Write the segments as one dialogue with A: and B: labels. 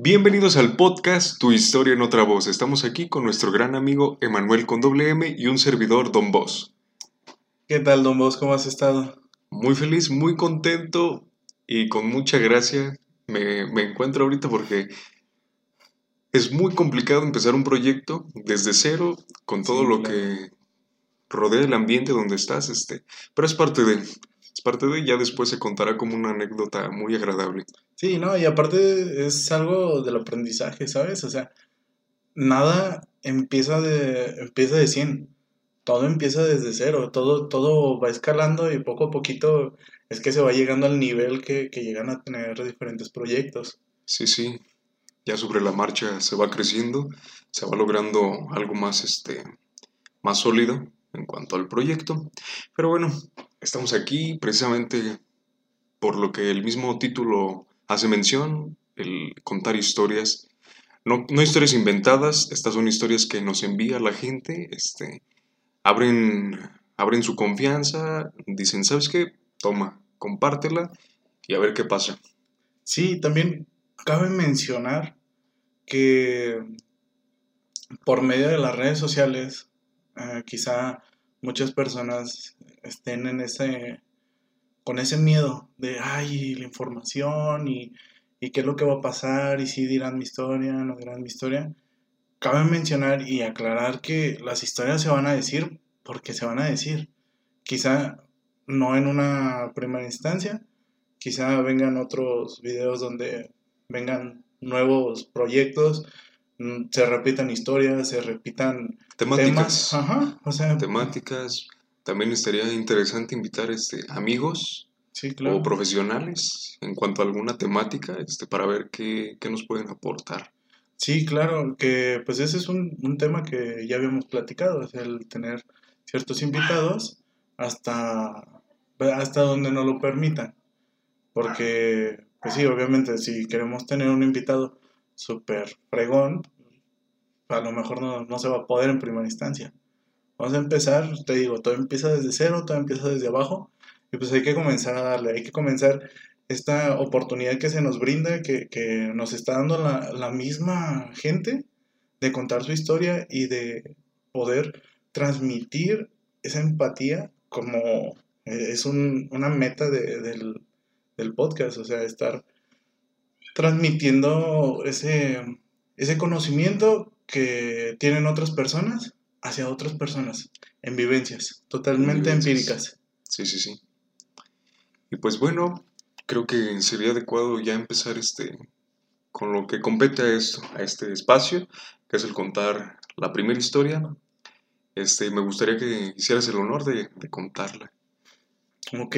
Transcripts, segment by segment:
A: Bienvenidos al podcast Tu Historia en Otra Voz. Estamos aquí con nuestro gran amigo Emanuel con doble M y un servidor Don Boss.
B: ¿Qué tal, Don Bos? ¿Cómo has estado?
A: Muy feliz, muy contento y con mucha gracia me encuentro ahorita porque es muy complicado empezar un proyecto desde cero con todo
B: Sí,
A: lo
B: claro.
A: que rodea el ambiente donde estás, pero es parte de, ya después se contará como una anécdota muy agradable.
B: Sí, no, y aparte es algo del aprendizaje, ¿sabes? O sea, nada empieza de 100. Todo empieza desde cero, todo va escalando y poco a poquito es que se va llegando al nivel que llegan a tener diferentes proyectos.
A: Sí, sí, ya sobre la marcha se va creciendo, se va logrando algo más, más sólido en cuanto al proyecto. Pero bueno, estamos aquí precisamente por lo que el mismo título hace mención, el contar historias. No, no historias inventadas, estas son historias que nos envía la gente, abren, abren su confianza, dicen, ¿sabes qué? Toma, compártela y a ver qué pasa.
B: Sí, también cabe mencionar que por medio de las redes sociales, quizá muchas personas estén con ese miedo de, ay, la información y qué es lo que va a pasar y si dirán mi historia, no dirán mi historia. Cabe mencionar y aclarar que las historias se van a decir porque se van a decir. Quizá no en una primera instancia, quizá vengan otros videos donde vengan nuevos proyectos, se repitan historias, se repitan temas,
A: Temáticas,
B: ajá, o sea,
A: temáticas. También estaría interesante invitar amigos
B: sí,
A: o
B: claro.
A: profesionales en cuanto a alguna temática, para ver qué nos pueden aportar.
B: Sí, claro, que pues ese es un tema que ya habíamos platicado, es el tener ciertos invitados hasta, hasta donde nos lo permitan. Porque, pues sí, obviamente, si queremos tener un invitado súper fregón, a lo mejor no se va a poder en primera instancia. Vamos a empezar, te digo, todo empieza desde cero, todo empieza desde abajo, y pues hay que comenzar a darle, hay que comenzar esta oportunidad que se nos brinda, que nos está dando la misma gente de contar su historia y de poder transmitir esa empatía como es una meta del podcast, o sea, estar transmitiendo ese conocimiento que tienen otras personas hacia otras personas, en vivencias
A: En
B: totalmente
A: vivencias.
B: empíricas.
A: Sí, sí, sí. Y pues bueno, creo que sería adecuado ya empezar con lo que compete a esto, a este espacio, que es el contar la primera historia. Me gustaría que hicieras el honor de contarla.
B: Ok,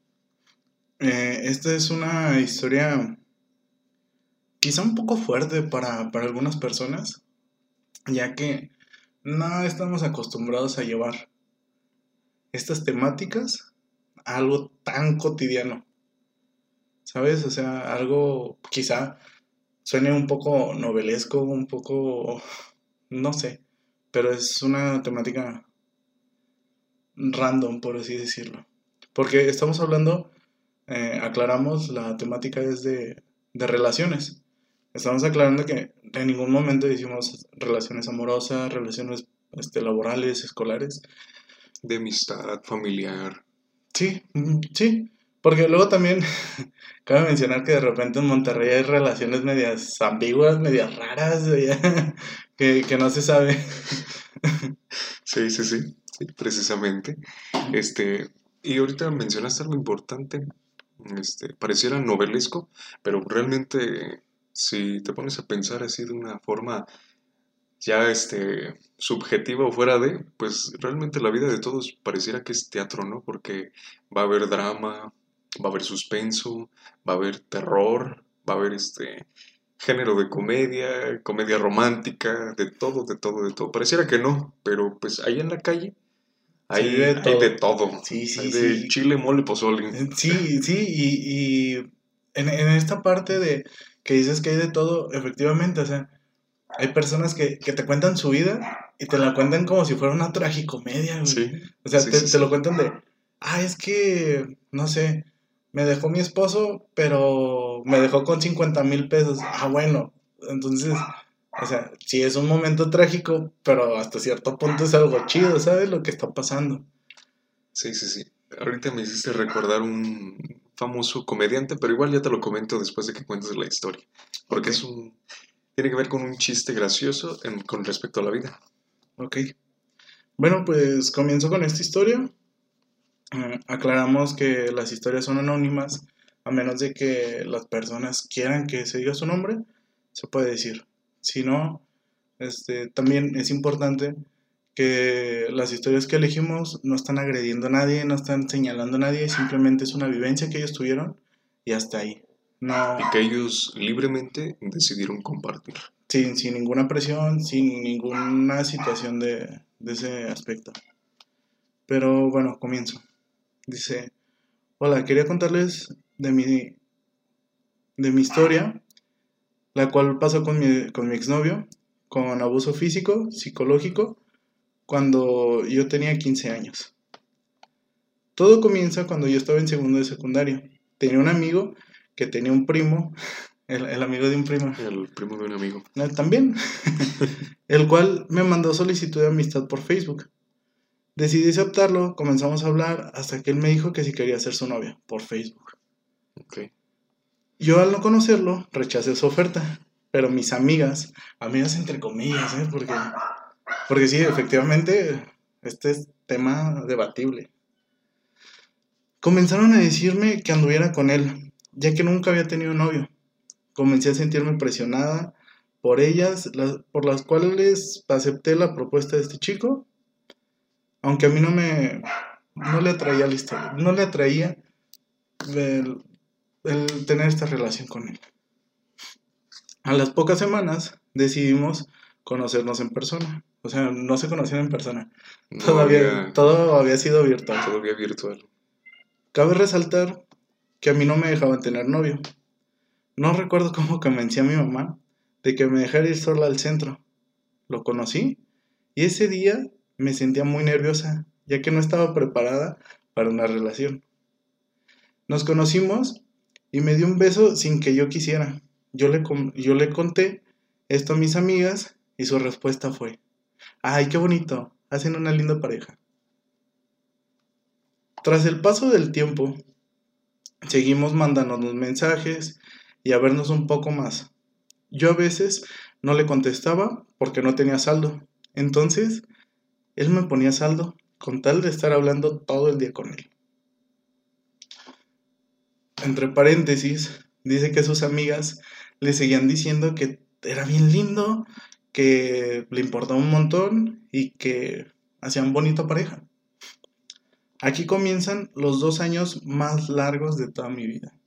B: esta es una historia quizá un poco fuerte para algunas personas, ya que no estamos acostumbrados a llevar estas temáticas a algo tan cotidiano, ¿sabes? O sea, algo quizá suene un poco novelesco, un poco, no sé, pero es una temática random, por así decirlo. Porque estamos hablando, aclaramos, la temática es de relaciones. Estamos aclarando que en ningún momento hicimos relaciones amorosas, relaciones laborales, escolares.
A: De amistad, familiar.
B: Sí, sí. Porque luego también cabe mencionar que de repente en Monterrey hay relaciones medias ambiguas, medias raras, que no se sabe.
A: Sí, sí, sí, sí, precisamente. Y ahorita mencionaste algo importante, pareciera novelesco, pero realmente si te pones a pensar así de una forma ya subjetiva o fuera de, pues realmente la vida de todos pareciera que es teatro, ¿no? Porque va a haber drama, va a haber suspenso, va a haber terror, va a haber género de comedia, comedia romántica, de todo, de todo, de todo. Pareciera que no, pero pues ahí en la calle
B: Se vive de
A: hay de
B: todo.
A: todo.
B: Sí,
A: Hay
B: sí,
A: de
B: sí.
A: chile, mole, pozole.
B: Sí, sí, y en esta parte de que dices que hay de todo, efectivamente, o sea, hay personas que te cuentan su vida y te la cuentan como si fuera una tragicomedia, güey.
A: Sí,
B: O sea,
A: sí, sí,
B: te lo
A: sí.
B: cuentan de, es que, no sé, me dejó mi esposo, pero me dejó con 50,000 pesos. Ah, bueno, Entonces, o sea, sí es un momento trágico, pero hasta cierto punto es algo chido, ¿sabes? Lo que está pasando.
A: Sí, sí, sí. Ahorita me hiciste recordar un famoso comediante, pero igual ya te lo comento después de que cuentes la historia. Porque
B: Ok,
A: tiene que ver con un chiste gracioso con respecto a la vida.
B: ok. Bueno, pues comienzo con esta historia. Aclaramos que las historias son anónimas, a menos de que las personas quieran que se diga su nombre, se puede decir. Si no, también es importante que las historias que elegimos no están agrediendo a nadie, no están señalando a nadie, simplemente es una vivencia que ellos tuvieron y hasta ahí. No,
A: Y que ellos libremente decidieron compartir.
B: sin ninguna presión, sin ninguna situación de ese aspecto. Pero bueno, comienzo. Dice, hola, quería contarles de mi historia, la cual pasó con mi exnovio, con abuso físico, psicológico, cuando yo tenía 15 años. Todo comienza cuando yo estaba en segundo de secundaria. Tenía un amigo que tenía un primo, el amigo de un primo,
A: El primo de un amigo.
B: también, el cual me mandó solicitud de amistad por Facebook. Decidí aceptarlo, comenzamos a hablar hasta que él me dijo que si quería ser su novia por Facebook.
A: Ok.
B: Yo al no conocerlo rechacé su oferta, pero mis amigas entre comillas, porque sí, efectivamente, este es tema debatible. Comenzaron a decirme que anduviera con él, ya que nunca había tenido novio. Comencé a sentirme presionada por ellas, por las cuales acepté la propuesta de este chico, aunque a mí no le atraía la historia, no le atraía el tener esta relación con él. A las pocas semanas decidimos conocernos en persona. O sea, no se conocían en persona.
A: No había
B: Todo había sido virtual.
A: todavía virtual.
B: Cabe resaltar que a mí no me dejaban tener novio. No recuerdo cómo convencí a mi mamá de que me dejara ir sola al centro. Lo conocí y ese día me sentía muy nerviosa, ya que no estaba preparada para una relación. Nos conocimos y me dio un beso sin que yo quisiera. Yo le conté esto a mis amigas y su respuesta fue, ay, qué bonito, hacen una linda pareja. Tras el paso del tiempo, seguimos mandándonos mensajes y a vernos un poco más. Yo a veces no le contestaba porque no tenía saldo. Entonces, él me ponía saldo con tal de estar hablando todo el día con él. Entre paréntesis, dice que sus amigas le seguían diciendo que era bien lindo, que le importaba un montón y que hacían bonita pareja. Aquí comienzan los 2 años más largos de toda mi vida.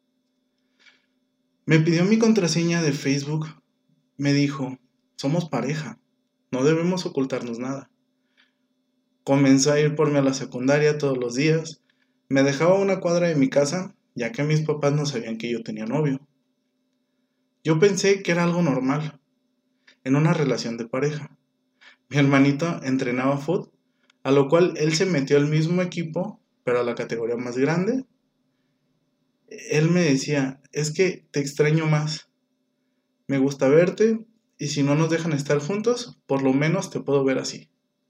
B: Me pidió mi contraseña de Facebook, me dijo, somos pareja, no debemos ocultarnos nada. Comenzó a ir por mí a la secundaria todos los días, me dejaba a una cuadra de mi casa, ya que mis papás no sabían que yo tenía novio. Yo pensé que era algo normal, en una relación de pareja. Mi hermanito entrenaba fútbol, a lo cual él se metió al mismo equipo, pero a la categoría más grande. Él me decía, es que te extraño más, me gusta verte y si no nos dejan estar juntos, por lo menos te puedo ver así.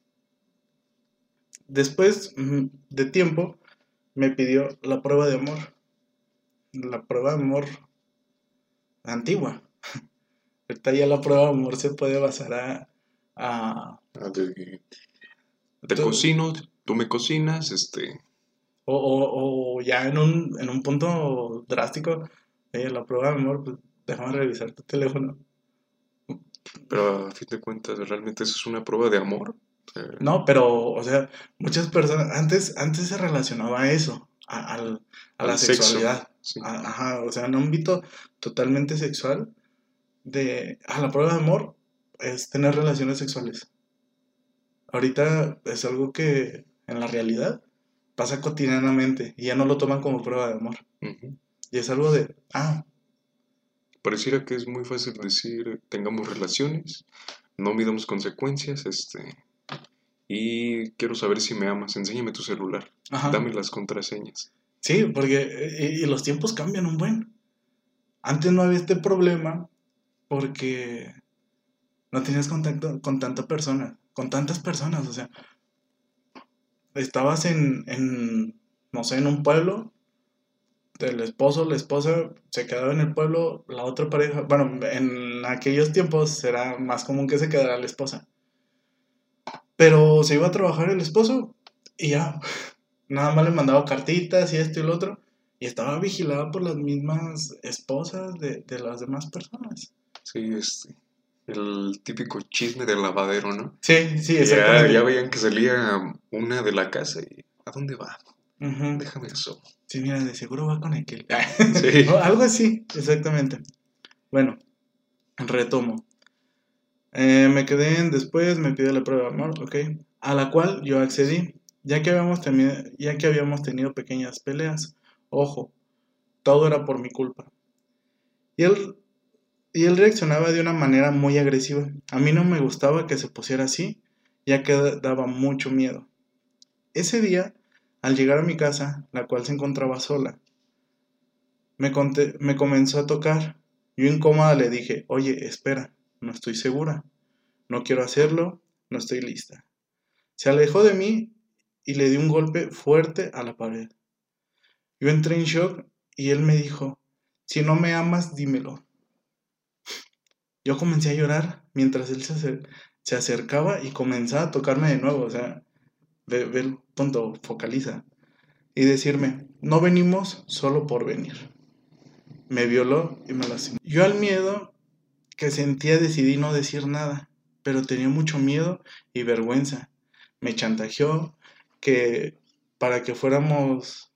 B: Después de tiempo, me pidió la prueba de amor, la prueba de amor antigua. Ahorita ya la prueba de amor se puede basar a
A: Ah, te cocino, tú me cocinas,
B: o ya en un punto drástico, la prueba de amor, pues déjame revisar tu teléfono.
A: pero a fin de cuentas, ¿realmente eso es una prueba de amor?
B: No, pero, o sea, muchas personas, antes se relacionaba a eso, a la
A: Al sexo,
B: sexualidad.
A: sí.
B: Ajá, o sea, en un ámbito totalmente sexual, la prueba de amor es tener relaciones sexuales. Ahorita es algo que en la realidad pasa cotidianamente y ya no lo toman como prueba de amor.
A: Ujú.
B: Y es algo de,
A: Pareciera que es muy fácil decir, tengamos relaciones, no midamos consecuencias, y quiero saber si me amas, enséñame tu celular,
B: ajá.
A: dame las contraseñas.
B: Sí, porque y los tiempos cambian un buen. Antes no había este problema porque no tenías contacto con tantas personas, o sea, estabas no sé, en un pueblo, el esposo, la esposa se quedaba en el pueblo, la otra pareja, bueno, en aquellos tiempos era más común que se quedara la esposa, pero se iba a trabajar el esposo y ya, nada más le mandaba cartitas y esto y lo otro, y estaba vigilada por las mismas esposas de las demás personas.
A: Sí, el típico chisme del lavadero, ¿no?
B: Sí, sí,
A: Ya,
B: exactamente.
A: ya veían que salía una de la casa y ¿a dónde va?
B: Ujú.
A: Déjame eso.
B: Sí, mira, de seguro va con aquel.
A: Sí.
B: O algo así, exactamente. Bueno, retomo. Después me pidió la prueba de amor, ok, a la cual yo accedí, ya que habíamos tenido pequeñas peleas. Ojo, todo era por mi culpa. Y él reaccionaba de una manera muy agresiva. A mí no me gustaba que se pusiera así, ya que daba mucho miedo. Ese día, al llegar a mi casa, la cual se encontraba sola, me comenzó a tocar. Yo incómoda le dije, oye, espera, no estoy segura, no quiero hacerlo, no estoy lista. Se alejó de mí y le di un golpe fuerte a la pared. Yo entré en shock y él me dijo, si no me amas, dímelo. Yo comencé a llorar mientras él se acercaba y comenzaba a tocarme de nuevo, o sea, ve el punto, focaliza. Y decirme, no venimos solo por venir. Me violó y me lastimó. Yo al miedo que sentía decidí no decir nada, pero tenía mucho miedo y vergüenza. Me chantajeó que para que fuéramos,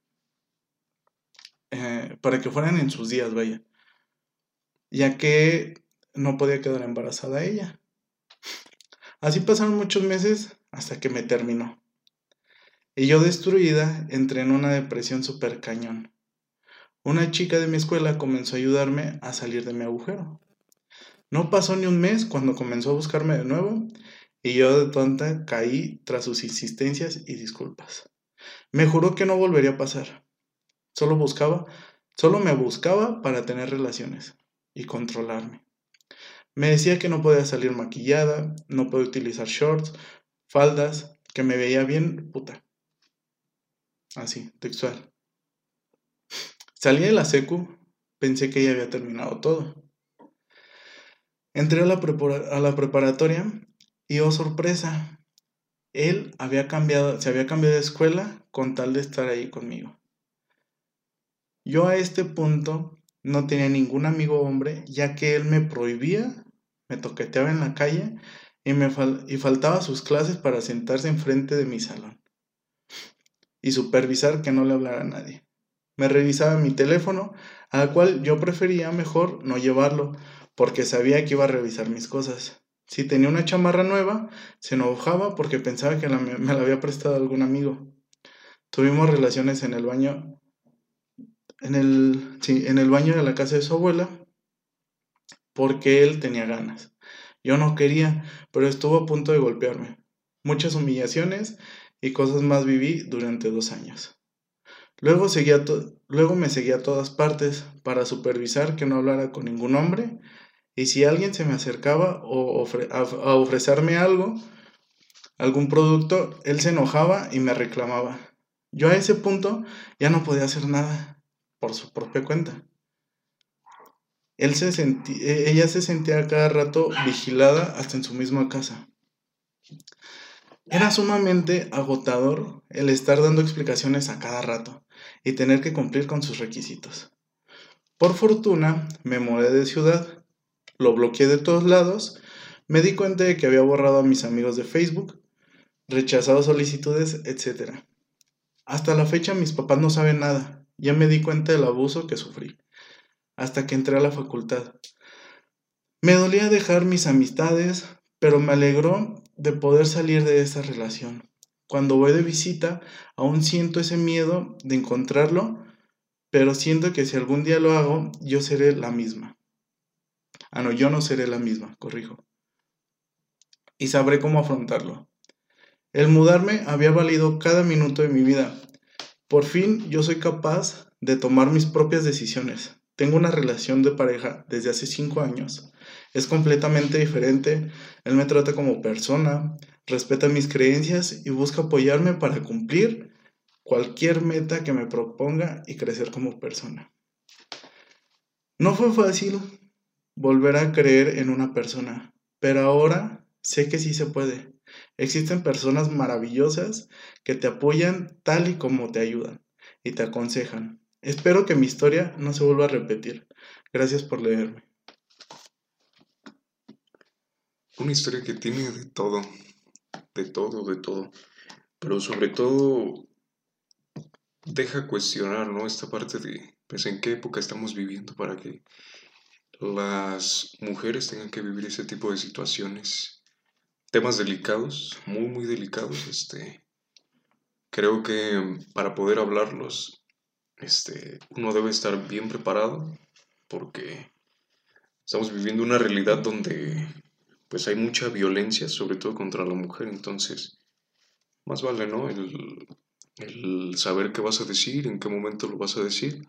B: para que fueran en sus días, vaya, ya que no podía quedar embarazada ella. Así pasaron muchos meses hasta que me terminó. Y yo destruida entré en una depresión súper cañón. Una chica de mi escuela comenzó a ayudarme a salir de mi agujero. No pasó ni un mes cuando comenzó a buscarme de nuevo y yo de tonta caí tras sus insistencias y disculpas. Me juró que no volvería a pasar. Solo me buscaba para tener relaciones y controlarme. Me decía que no podía salir maquillada, no podía utilizar shorts, faldas, que me veía bien puta. Así, textual. Salí de la secu, pensé que ya había terminado todo. Entré a a la preparatoria y oh sorpresa, él se había cambiado de escuela con tal de estar ahí conmigo. Yo a este punto no tenía ningún amigo hombre, ya que él me prohibía, me toqueteaba en la calle y faltaba a sus clases para sentarse enfrente de mi salón y supervisar que no le hablara a nadie. Me revisaba mi teléfono, al cual yo prefería mejor no llevarlo, porque sabía que iba a revisar mis cosas. Si tenía una chamarra nueva, se enojaba porque pensaba que me la había prestado algún amigo. Tuvimos relaciones en el baño, en el baño de la casa de su abuela, porque él tenía ganas. Yo no quería, pero estuvo a punto de golpearme. Muchas humillaciones y cosas más viví durante 2 años. Luego me seguía a todas partes para supervisar que no hablara con ningún hombre y si alguien se me acercaba a ofrecerme algo, algún producto, él se enojaba y me reclamaba. Yo a ese punto ya no podía hacer nada por su propia cuenta. Ella se sentía cada rato vigilada hasta en su misma casa. Era sumamente agotador el estar dando explicaciones a cada rato y tener que cumplir con sus requisitos. Por fortuna, me mudé de ciudad, lo bloqueé de todos lados, me di cuenta de que había borrado a mis amigos de Facebook, rechazado solicitudes, etc. Hasta la fecha mis papás no saben nada, ya me di cuenta del abuso que sufrí, hasta que entré a la facultad. Me dolía dejar mis amistades, pero me alegró de poder salir de esta relación. Cuando voy de visita, aún siento ese miedo de encontrarlo, pero siento que si algún día lo hago, yo seré la misma. No, yo no seré la misma, corrijo. Y sabré cómo afrontarlo. El mudarme había valido cada minuto de mi vida. Por fin yo soy capaz de tomar mis propias decisiones, tengo una relación de pareja desde hace 5 años. Es completamente diferente. Él me trata como persona, respeta mis creencias y busca apoyarme para cumplir cualquier meta que me proponga y crecer como persona. No fue fácil volver a creer en una persona, pero ahora sé que sí se puede. Existen personas maravillosas que te apoyan tal y como te ayudan y te aconsejan. Espero que mi historia no se vuelva a repetir. Gracias por leerme.
A: Una historia que tiene de todo, de todo. Pero sobre todo deja cuestionar, ¿no? Esta parte de, pues, en qué época estamos viviendo para que las mujeres tengan que vivir ese tipo de situaciones. Temas delicados, muy, muy delicados. Creo que para poder hablarlos, uno debe estar bien preparado porque estamos viviendo una realidad donde, pues, hay mucha violencia, sobre todo contra la mujer. Entonces, más vale, ¿no? El saber qué vas a decir, en qué momento lo vas a decir.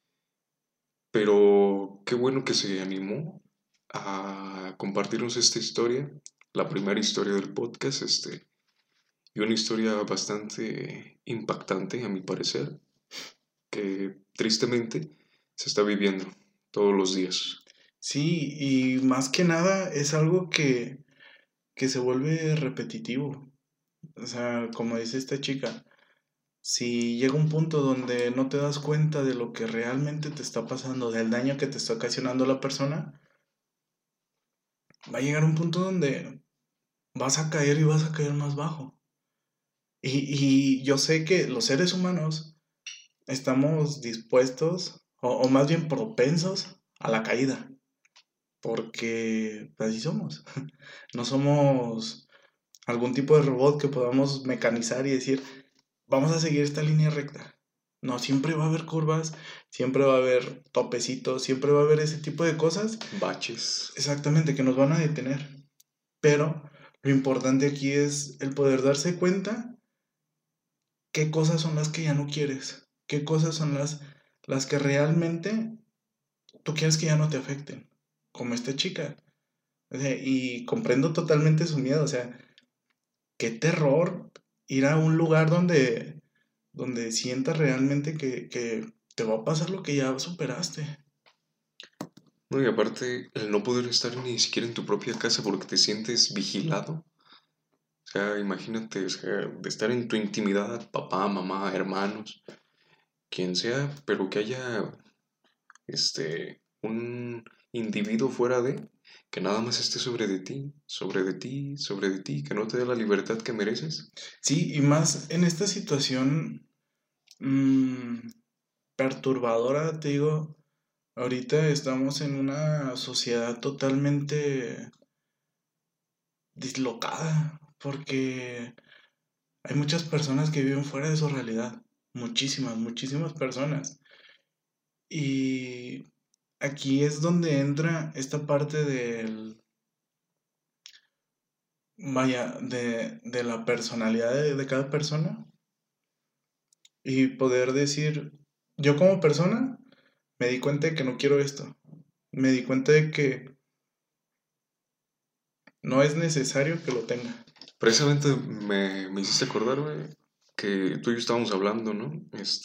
A: Pero qué bueno que se animó a compartirnos esta historia, la primera historia del podcast, y una historia bastante impactante, a mi parecer, que tristemente se está viviendo todos los días.
B: Sí, y más que nada es algo que se vuelve repetitivo. O sea, como dice esta chica, si llega un punto donde no te das cuenta de lo que realmente te está pasando, del daño que te está ocasionando la persona, va a llegar un punto donde vas a caer y vas a caer más bajo. Y yo sé que los seres humanos estamos dispuestos, o más bien propensos, a la caída, porque así somos. No somos algún tipo de robot que podamos mecanizar y decir, vamos a seguir esta línea recta. No, siempre va a haber curvas, siempre va a haber topecitos, siempre va a haber ese tipo de cosas.
A: Baches.
B: Exactamente, que nos van a detener. Pero lo importante aquí es el poder darse cuenta qué cosas son las que ya no quieres, qué cosas son las que realmente tú quieres que ya no te afecten, como esta chica. O sea, y comprendo totalmente su miedo, o sea, qué terror ir a un lugar donde sientas realmente que te va a pasar lo que ya superaste.
A: No, y aparte, el no poder estar ni siquiera en tu propia casa porque te sientes vigilado. O sea, imagínate, o sea, de estar en tu intimidad, papá, mamá, hermanos, quien sea, pero que haya un individuo fuera de, que nada más esté sobre de ti, sobre de ti, sobre de ti, que no te dé la libertad que mereces.
B: Sí, y más en esta situación mm, perturbadora, te digo, ahorita estamos en una sociedad totalmente dislocada, porque hay muchas personas que viven fuera de su realidad, muchísimas, muchísimas personas. Y aquí es donde entra esta parte vaya, de la personalidad de cada persona y poder decir, yo como persona me di cuenta de que no quiero esto, me di cuenta de que no es necesario que lo tenga.
A: Precisamente me hiciste acordar, güey, que tú y yo estábamos hablando, ¿no?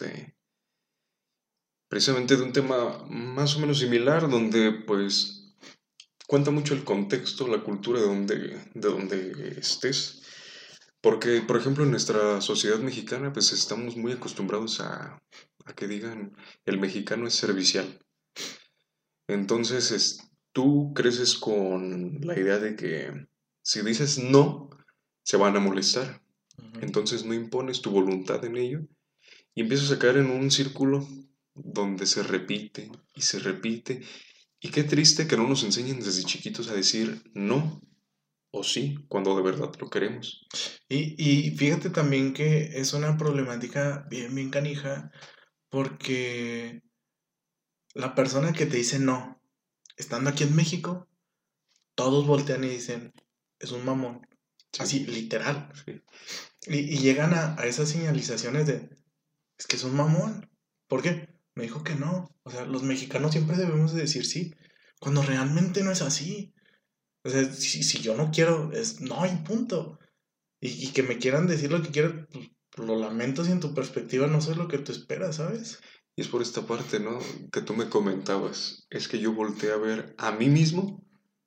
A: Precisamente de un tema más o menos similar, donde pues cuenta mucho el contexto, la cultura de donde estés. Porque, por ejemplo, en nuestra sociedad mexicana, pues estamos muy acostumbrados a que digan, el mexicano es servicial. Entonces, tú creces con la idea de que si dices no, se van a molestar.
B: Ujú.
A: Entonces no impones tu voluntad en ello y empiezas a caer en un círculo donde se repite y se repite. Y qué triste que no nos enseñen desde chiquitos a decir no o sí cuando de verdad lo queremos.
B: Y fíjate también que es una problemática bien, bien canija, porque la persona que te dice no, estando aquí en México, todos voltean y dicen, es un mamón.
A: Sí,
B: Así, literal.
A: sí.
B: Y llegan a esas señalizaciones de, es que es un mamón. ¿Por qué? Me dijo que no. O sea, los mexicanos siempre debemos de decir sí, cuando realmente no es así. O sea, si yo no quiero, es no y punto. Y que me quieran decir lo que quieran, pues, lo lamento si en tu perspectiva no sé lo que tú esperas, ¿sabes?
A: Y es por esta parte, ¿no? Que tú me comentabas. Es que yo volteé a ver a mí mismo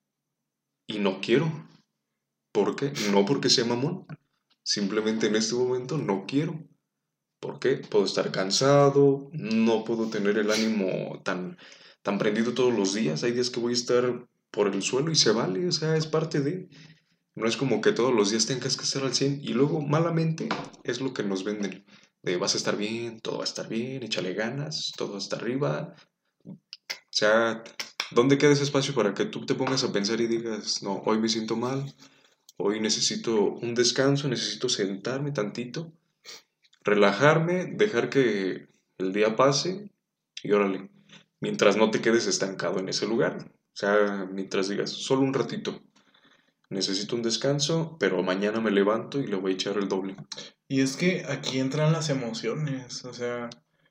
A: y no quiero. ¿Por qué? No porque sea mamón. Simplemente en este momento no quiero. ¿Por qué? Puedo estar cansado, no puedo tener el ánimo tan prendido todos los días. Hay días que voy a estar por el suelo y se vale, o sea, es parte de... No es como que todos los días tengas que estar al 100 y luego malamente es lo que nos venden. De vas a estar bien, todo va a estar bien, échale ganas, todo hasta arriba. O sea, ¿dónde queda ese espacio para que tú te pongas a pensar y digas, no, hoy me siento mal, hoy necesito un descanso, necesito sentarme tantito, relajarme, dejar que el día pase y órale, mientras no te quedes estancado en ese lugar. O sea, mientras digas, solo un ratito, necesito un descanso, pero mañana me levanto y le voy a echar el doble.
B: Y es que aquí entran las emociones, o sea,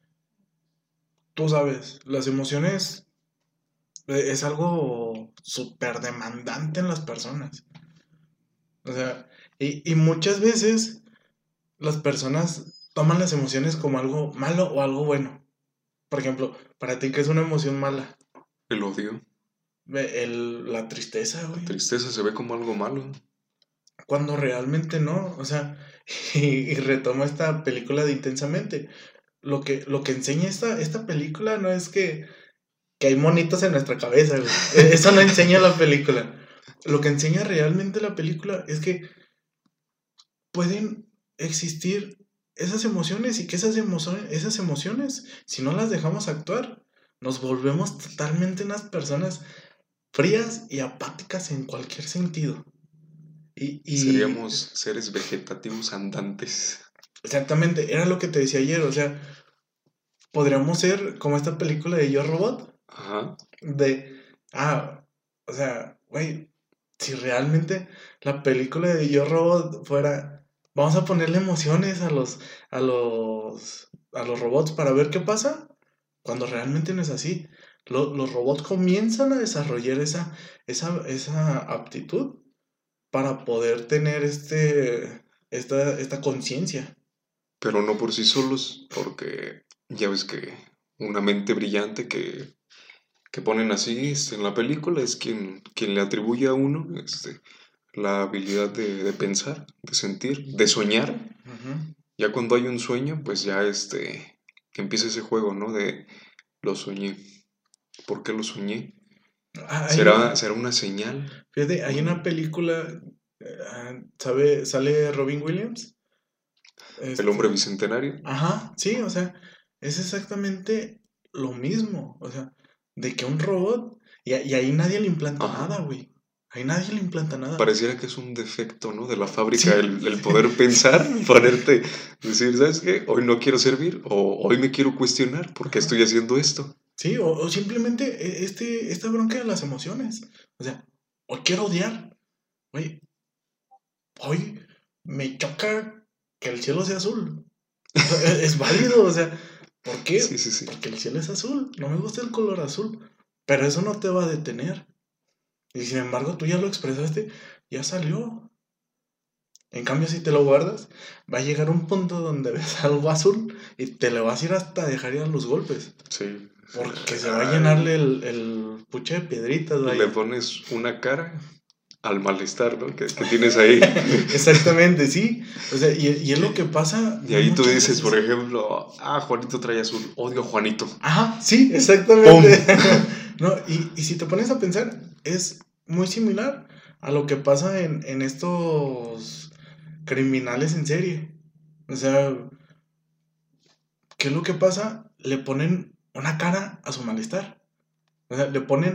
B: tú sabes, las emociones es algo súper demandante en las personas. O sea, y muchas veces las personas toman las emociones como algo malo o algo bueno. Por ejemplo, para ti, ¿qué es una emoción mala?
A: El odio,
B: La tristeza,
A: la
B: güey.
A: tristeza se ve como algo malo.
B: Cuando realmente no. O sea, y retomo esta película de Intensamente. Lo que enseña esta película no es que hay monitos en nuestra cabeza, güey. Eso no enseña la película. Lo que enseña realmente la película es que pueden existir esas emociones y que esas emociones, si no las dejamos actuar, nos volvemos totalmente unas personas frías y apáticas en cualquier sentido. Y
A: Seríamos seres vegetativos andantes.
B: exactamente, era lo que te decía ayer, o sea, podríamos ser como esta película de Yo Robot,
A: Ajá.
B: de, o sea, güey, si realmente la película de Yo Robot fuera, vamos a ponerle emociones a los robots para ver qué pasa, cuando realmente no es así. Los robots comienzan a desarrollar esa aptitud para poder tener esta conciencia.
A: Pero no por sí solos, porque ya ves que una mente brillante que ponen así en la película es quien le atribuye a uno la habilidad de pensar, de sentir, de soñar.
B: Ujú.
A: Ya cuando hay un sueño, pues ya empieza ese juego, ¿no? De lo soñé. ¿Por qué lo soñé?
B: Ah,
A: ¿Será una señal?
B: fíjate, hay una película, sale Robin Williams.
A: ¿El hombre
B: Este,
A: bicentenario?
B: ajá, sí, o sea, es exactamente lo mismo, o sea, de que un robot, y ahí nadie le implanta
A: Ajá.
B: nada, güey, ahí nadie le implanta nada.
A: Pareciera que es un defecto, ¿no? De la fábrica
B: Sí,
A: el poder pensar, ponerte, decir, ¿sabes qué? Hoy no quiero servir o hoy me quiero cuestionar porque
B: ajá,
A: estoy haciendo esto.
B: sí, o simplemente esta bronca de las emociones, o sea, hoy quiero odiar, güey, hoy me choca que el cielo sea azul, o sea, es válido, o sea, ¿por
A: Sí,
B: qué?
A: sí, sí.
B: Porque el cielo es azul, no me gusta el color azul, pero eso no te va a detener. Y sin embargo, tú ya lo expresaste, ya salió. En cambio, si te lo guardas, va a llegar un punto donde ves algo azul y te le vas a ir hasta dejar ir a los golpes.
A: Sí.
B: Porque se va a llenarle
A: Ay,
B: el puche de piedritas,
A: le
B: vaya.
A: pones una cara al malestar, ¿no? Que tienes ahí.
B: Exactamente, sí. O sea, y es lo que pasa
A: Y ahí tú
B: muchas
A: dices, por
B: veces.
A: ejemplo, Juanito trae azul, odio a Juanito.
B: Ajá, sí,
A: ¡Pum!
B: exactamente. No, y si te pones a pensar, es muy similar a lo que pasa en estos criminales en serie. O sea, ¿qué es lo que pasa? Le ponen una cara a su malestar. O sea, le ponen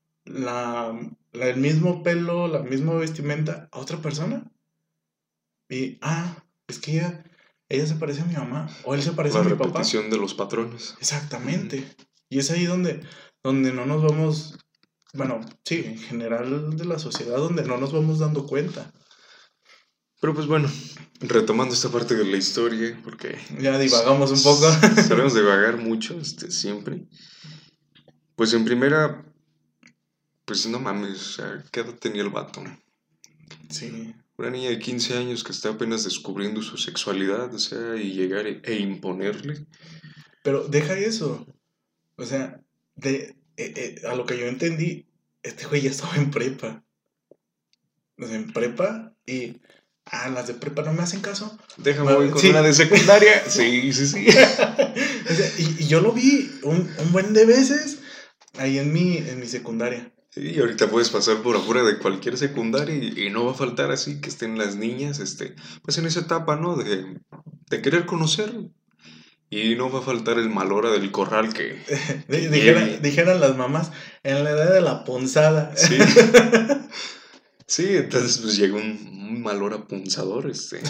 B: el mismo pelo, la misma vestimenta a otra persona. Y, es que ella se parece a mi mamá. O él se parece
A: La
B: a mi papá.
A: repetición de los patrones. Ujú.
B: Exactamente. Y es ahí donde no nos vamos, bueno, sí, en general de la sociedad, donde no nos vamos dando cuenta.
A: Pero pues bueno, retomando esta parte de la historia, porque
B: Ya divagamos un poco.
A: sabemos divagar mucho, siempre. Pues en primera, pues no mames, o sea, ¿qué edad tenía el vato?
B: Sí.
A: Una niña de 15 años que está apenas descubriendo su sexualidad, o sea, y llegar imponerle.
B: Pero deja eso. O sea, a lo que yo entendí, este güey ya estaba en prepa. O sea, en prepa y... Ah, las de prepa no me hacen caso.
A: Déjame voy con
B: Sí.
A: una de secundaria. Sí, sí, sí.
B: O sea, y yo lo vi un buen de veces ahí en mi secundaria.
A: Y ahorita puedes pasar por afuera de cualquier secundaria y no va a faltar así que estén las niñas, pues en esa etapa, ¿no? De querer conocer. Y no va a faltar el malora del corral que llegue.
B: Dijeran las mamás, en la edad de la punzada.
A: Sí. Sí, entonces pues llega un malora punzador,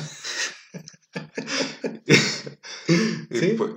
A: y,
B: ¿Sí?
A: pues,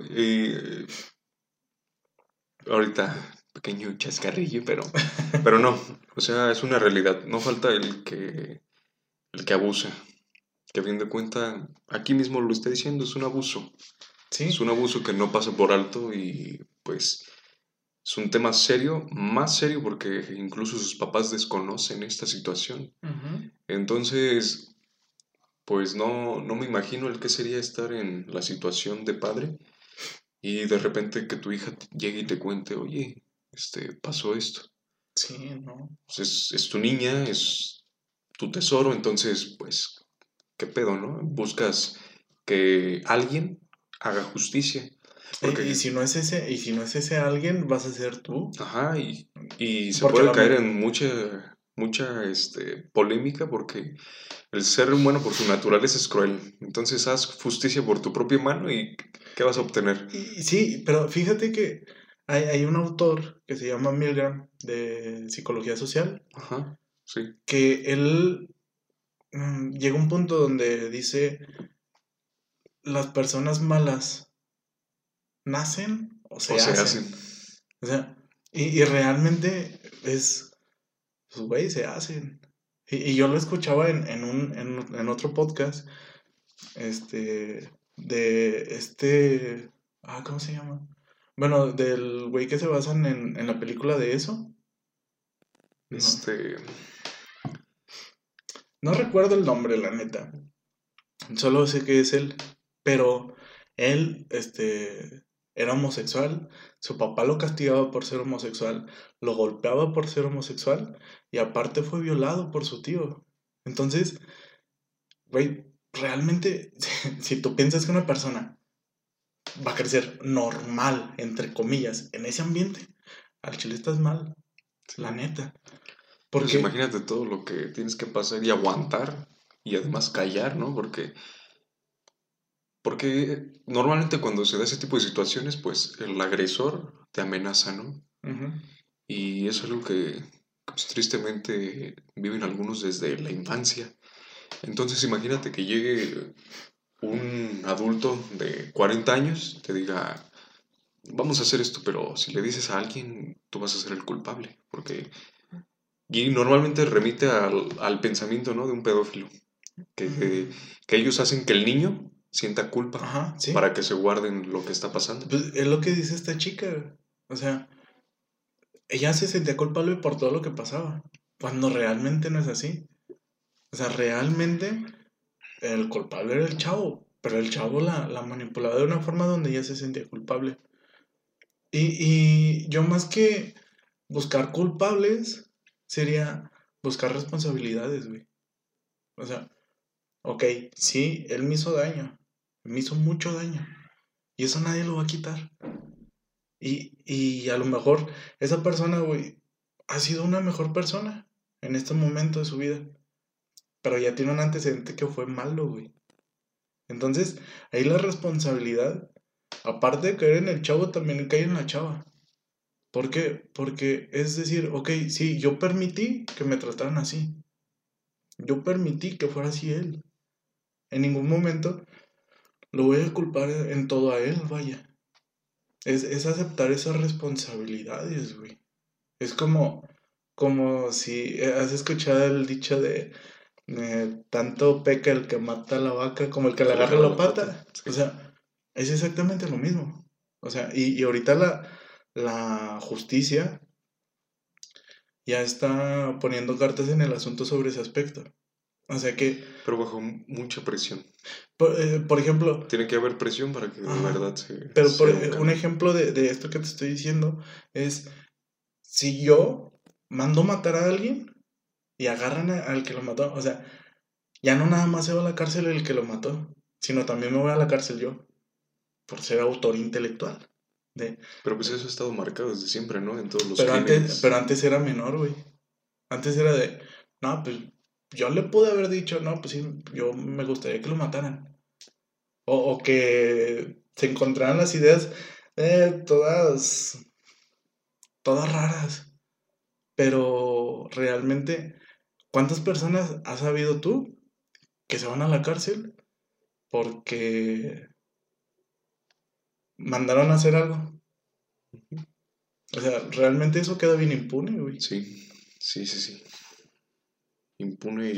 A: ahorita, pequeño chascarrillo, pero no, o sea, es una realidad. No falta el que abusa, que a fin de cuentas, aquí mismo lo está diciendo, es un abuso.
B: Sí.
A: Es un abuso que no pasa por alto y pues es un tema serio, más serio porque incluso sus papás desconocen esta situación.
B: Ujú.
A: Entonces, pues no me imagino el que sería estar en la situación de padre y de repente que tu hija llegue y te cuente, oye, pasó esto.
B: Sí, ¿no?
A: Pues es tu niña, es tu tesoro, entonces, pues, ¿qué pedo, no? Buscas que alguien haga justicia. Porque,
B: Y si no es ese alguien, vas a ser tú.
A: ajá, y se
B: Porque
A: puede caer en mucha polémica porque el ser humano por su naturaleza es cruel. Entonces haz justicia por tu propia mano y ¿qué vas a obtener?
B: y sí, pero fíjate que hay un autor que se llama Milgram de psicología social,
A: Ajá, sí.
B: que él llega a un punto donde dice, las personas malas nacen o se
A: O se
B: hacen.
A: hacen.
B: O sea, y realmente es, pues güey, se hacen. Y yo lo escuchaba en otro podcast, ¿cómo se llama? Bueno, del güey que se basan en la película de eso. No, no recuerdo el nombre, la neta. Solo sé que es él. Pero él, era homosexual. Su papá lo castigaba por ser homosexual. Lo golpeaba por ser homosexual. Y aparte fue violado por su tío. Entonces, güey, realmente, si tú piensas que una persona va a crecer normal, entre comillas, en ese ambiente, al chile estás mal,
A: Sí.
B: la neta.
A: Pues
B: Porque,
A: imagínate todo lo que tienes que pasar y aguantar y además callar, ¿no? Porque normalmente cuando se da ese tipo de situaciones, pues el agresor te amenaza, ¿no?
B: ujú,
A: Y es algo que pues, tristemente viven algunos desde la infancia. Entonces imagínate que llegue un adulto de 40 años, te diga, vamos a hacer esto, pero si le dices a alguien, tú vas a ser el culpable. Y normalmente remite al pensamiento, ¿no? De un pedófilo, que, que ellos hacen que el niño sienta culpa
B: ajá, sí.
A: para que se guarden lo que está pasando.
B: Pues es lo que dice esta chica. O sea, ella se sentía culpable por todo lo que pasaba, cuando realmente no es así. O sea, realmente el culpable era el chavo, pero el chavo la manipulaba de una forma donde ella se sentía culpable. Y yo más que buscar culpables, sería buscar responsabilidades, güey. O sea, ok, sí, él me hizo daño, me hizo mucho daño, y eso nadie lo va a quitar. Y a lo mejor esa persona, güey, ha sido una mejor persona en este momento de su vida. Pero ya tiene un antecedente que fue malo, güey. Entonces, ahí la responsabilidad, aparte de caer en el chavo, también cae en la chava. ¿Por qué? Porque es decir, ok, sí, yo permití que me trataran así. Yo permití que fuera así él. En ningún momento lo voy a culpar en todo a él, vaya. Es aceptar esas responsabilidades, güey. Es como si has escuchado el dicho de Tanto peca el que mata a la vaca como el que le
A: Que le
B: agarra
A: agarra
B: la
A: la pata.
B: pata.
A: Sí.
B: O sea, es exactamente lo mismo. O sea, y ahorita la justicia ya está poniendo cartas en el asunto sobre ese aspecto. O sea que,
A: Pero bajo mucha presión.
B: por ejemplo,
A: Tiene que haber presión para que de
B: ajá,
A: verdad
B: pero
A: sea un
B: un
A: cambio.
B: ejemplo de esto que te estoy diciendo es, si yo mando matar a alguien y agarran al que lo mató, o sea, ya no nada más se va a la cárcel el que lo mató, sino también me voy a la cárcel yo, por ser autor intelectual. De,
A: Pero pues eso ha estado marcado desde siempre, ¿no? En todos los
B: pero
A: crímenes.
B: antes era menor, güey. Antes era de, no, pues yo le pude haber dicho, no, pues sí, yo me gustaría que lo mataran. O que se encontraran las ideas todas, todas raras. Pero realmente, ¿cuántas personas has sabido tú que se van a la cárcel porque mandaron a hacer algo? O sea, realmente eso queda bien impune, güey.
A: Sí, sí, sí, sí. Impune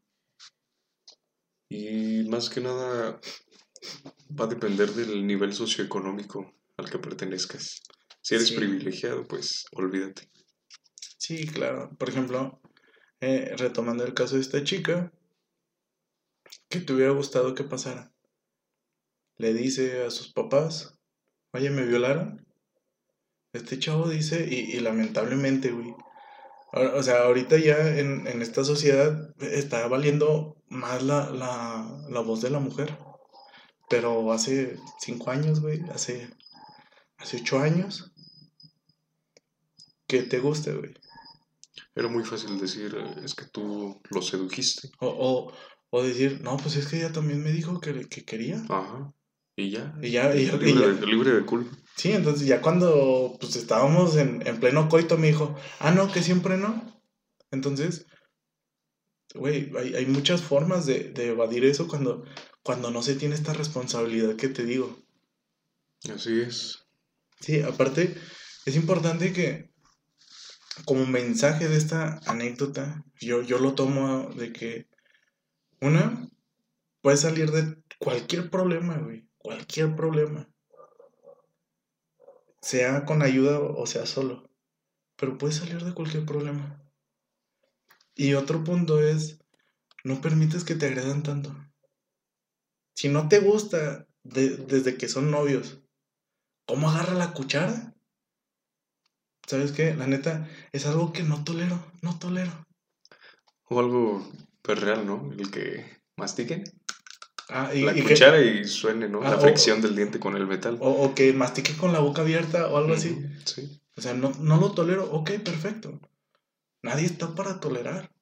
A: y más que nada va a depender del nivel socioeconómico al que pertenezcas. Si eres
B: Sí,
A: privilegiado, pues olvídate.
B: sí, claro. Por ejemplo, retomando el caso de esta chica, ¿qué te hubiera gustado que pasara? Le dice a sus papás, oye, me violaron. Este chavo dice, y lamentablemente, güey. O sea, ahorita ya en esta sociedad está valiendo más la voz de la mujer. Pero hace 5 años, güey, hace 8 años, que te guste, güey.
A: Era muy fácil decir, es que tú lo sedujiste.
B: O decir, no, pues es que ella también me dijo que quería.
A: Ajá. Y ya,
B: Y ya, y ya.
A: libre de culpa.
B: Sí, entonces ya cuando pues estábamos en pleno coito me dijo, ah, no, que siempre no. Entonces, güey, hay muchas formas de evadir eso cuando no se tiene esta responsabilidad que te digo.
A: Así es.
B: Sí, aparte, es importante que como mensaje de esta anécdota, yo lo tomo de que, una, puedes salir de cualquier problema, güey, cualquier problema, sea con ayuda o sea solo, pero puedes salir de cualquier problema. Y otro punto es, no permites que te agredan tanto. Si no te gusta desde que son novios, ¿cómo agarra la cuchara? ¿Sabes qué? La neta, es algo que no tolero, no tolero.
A: O algo pues real, ¿no? El que mastiquen
B: Ah,
A: la
B: y que,
A: cuchara y suene, ¿no?
B: ah,
A: La fricción del diente con el metal.
B: o que mastique con la boca abierta o algo así.
A: Ujú, sí.
B: O sea, no lo tolero, ok, perfecto. Nadie está para tolerar.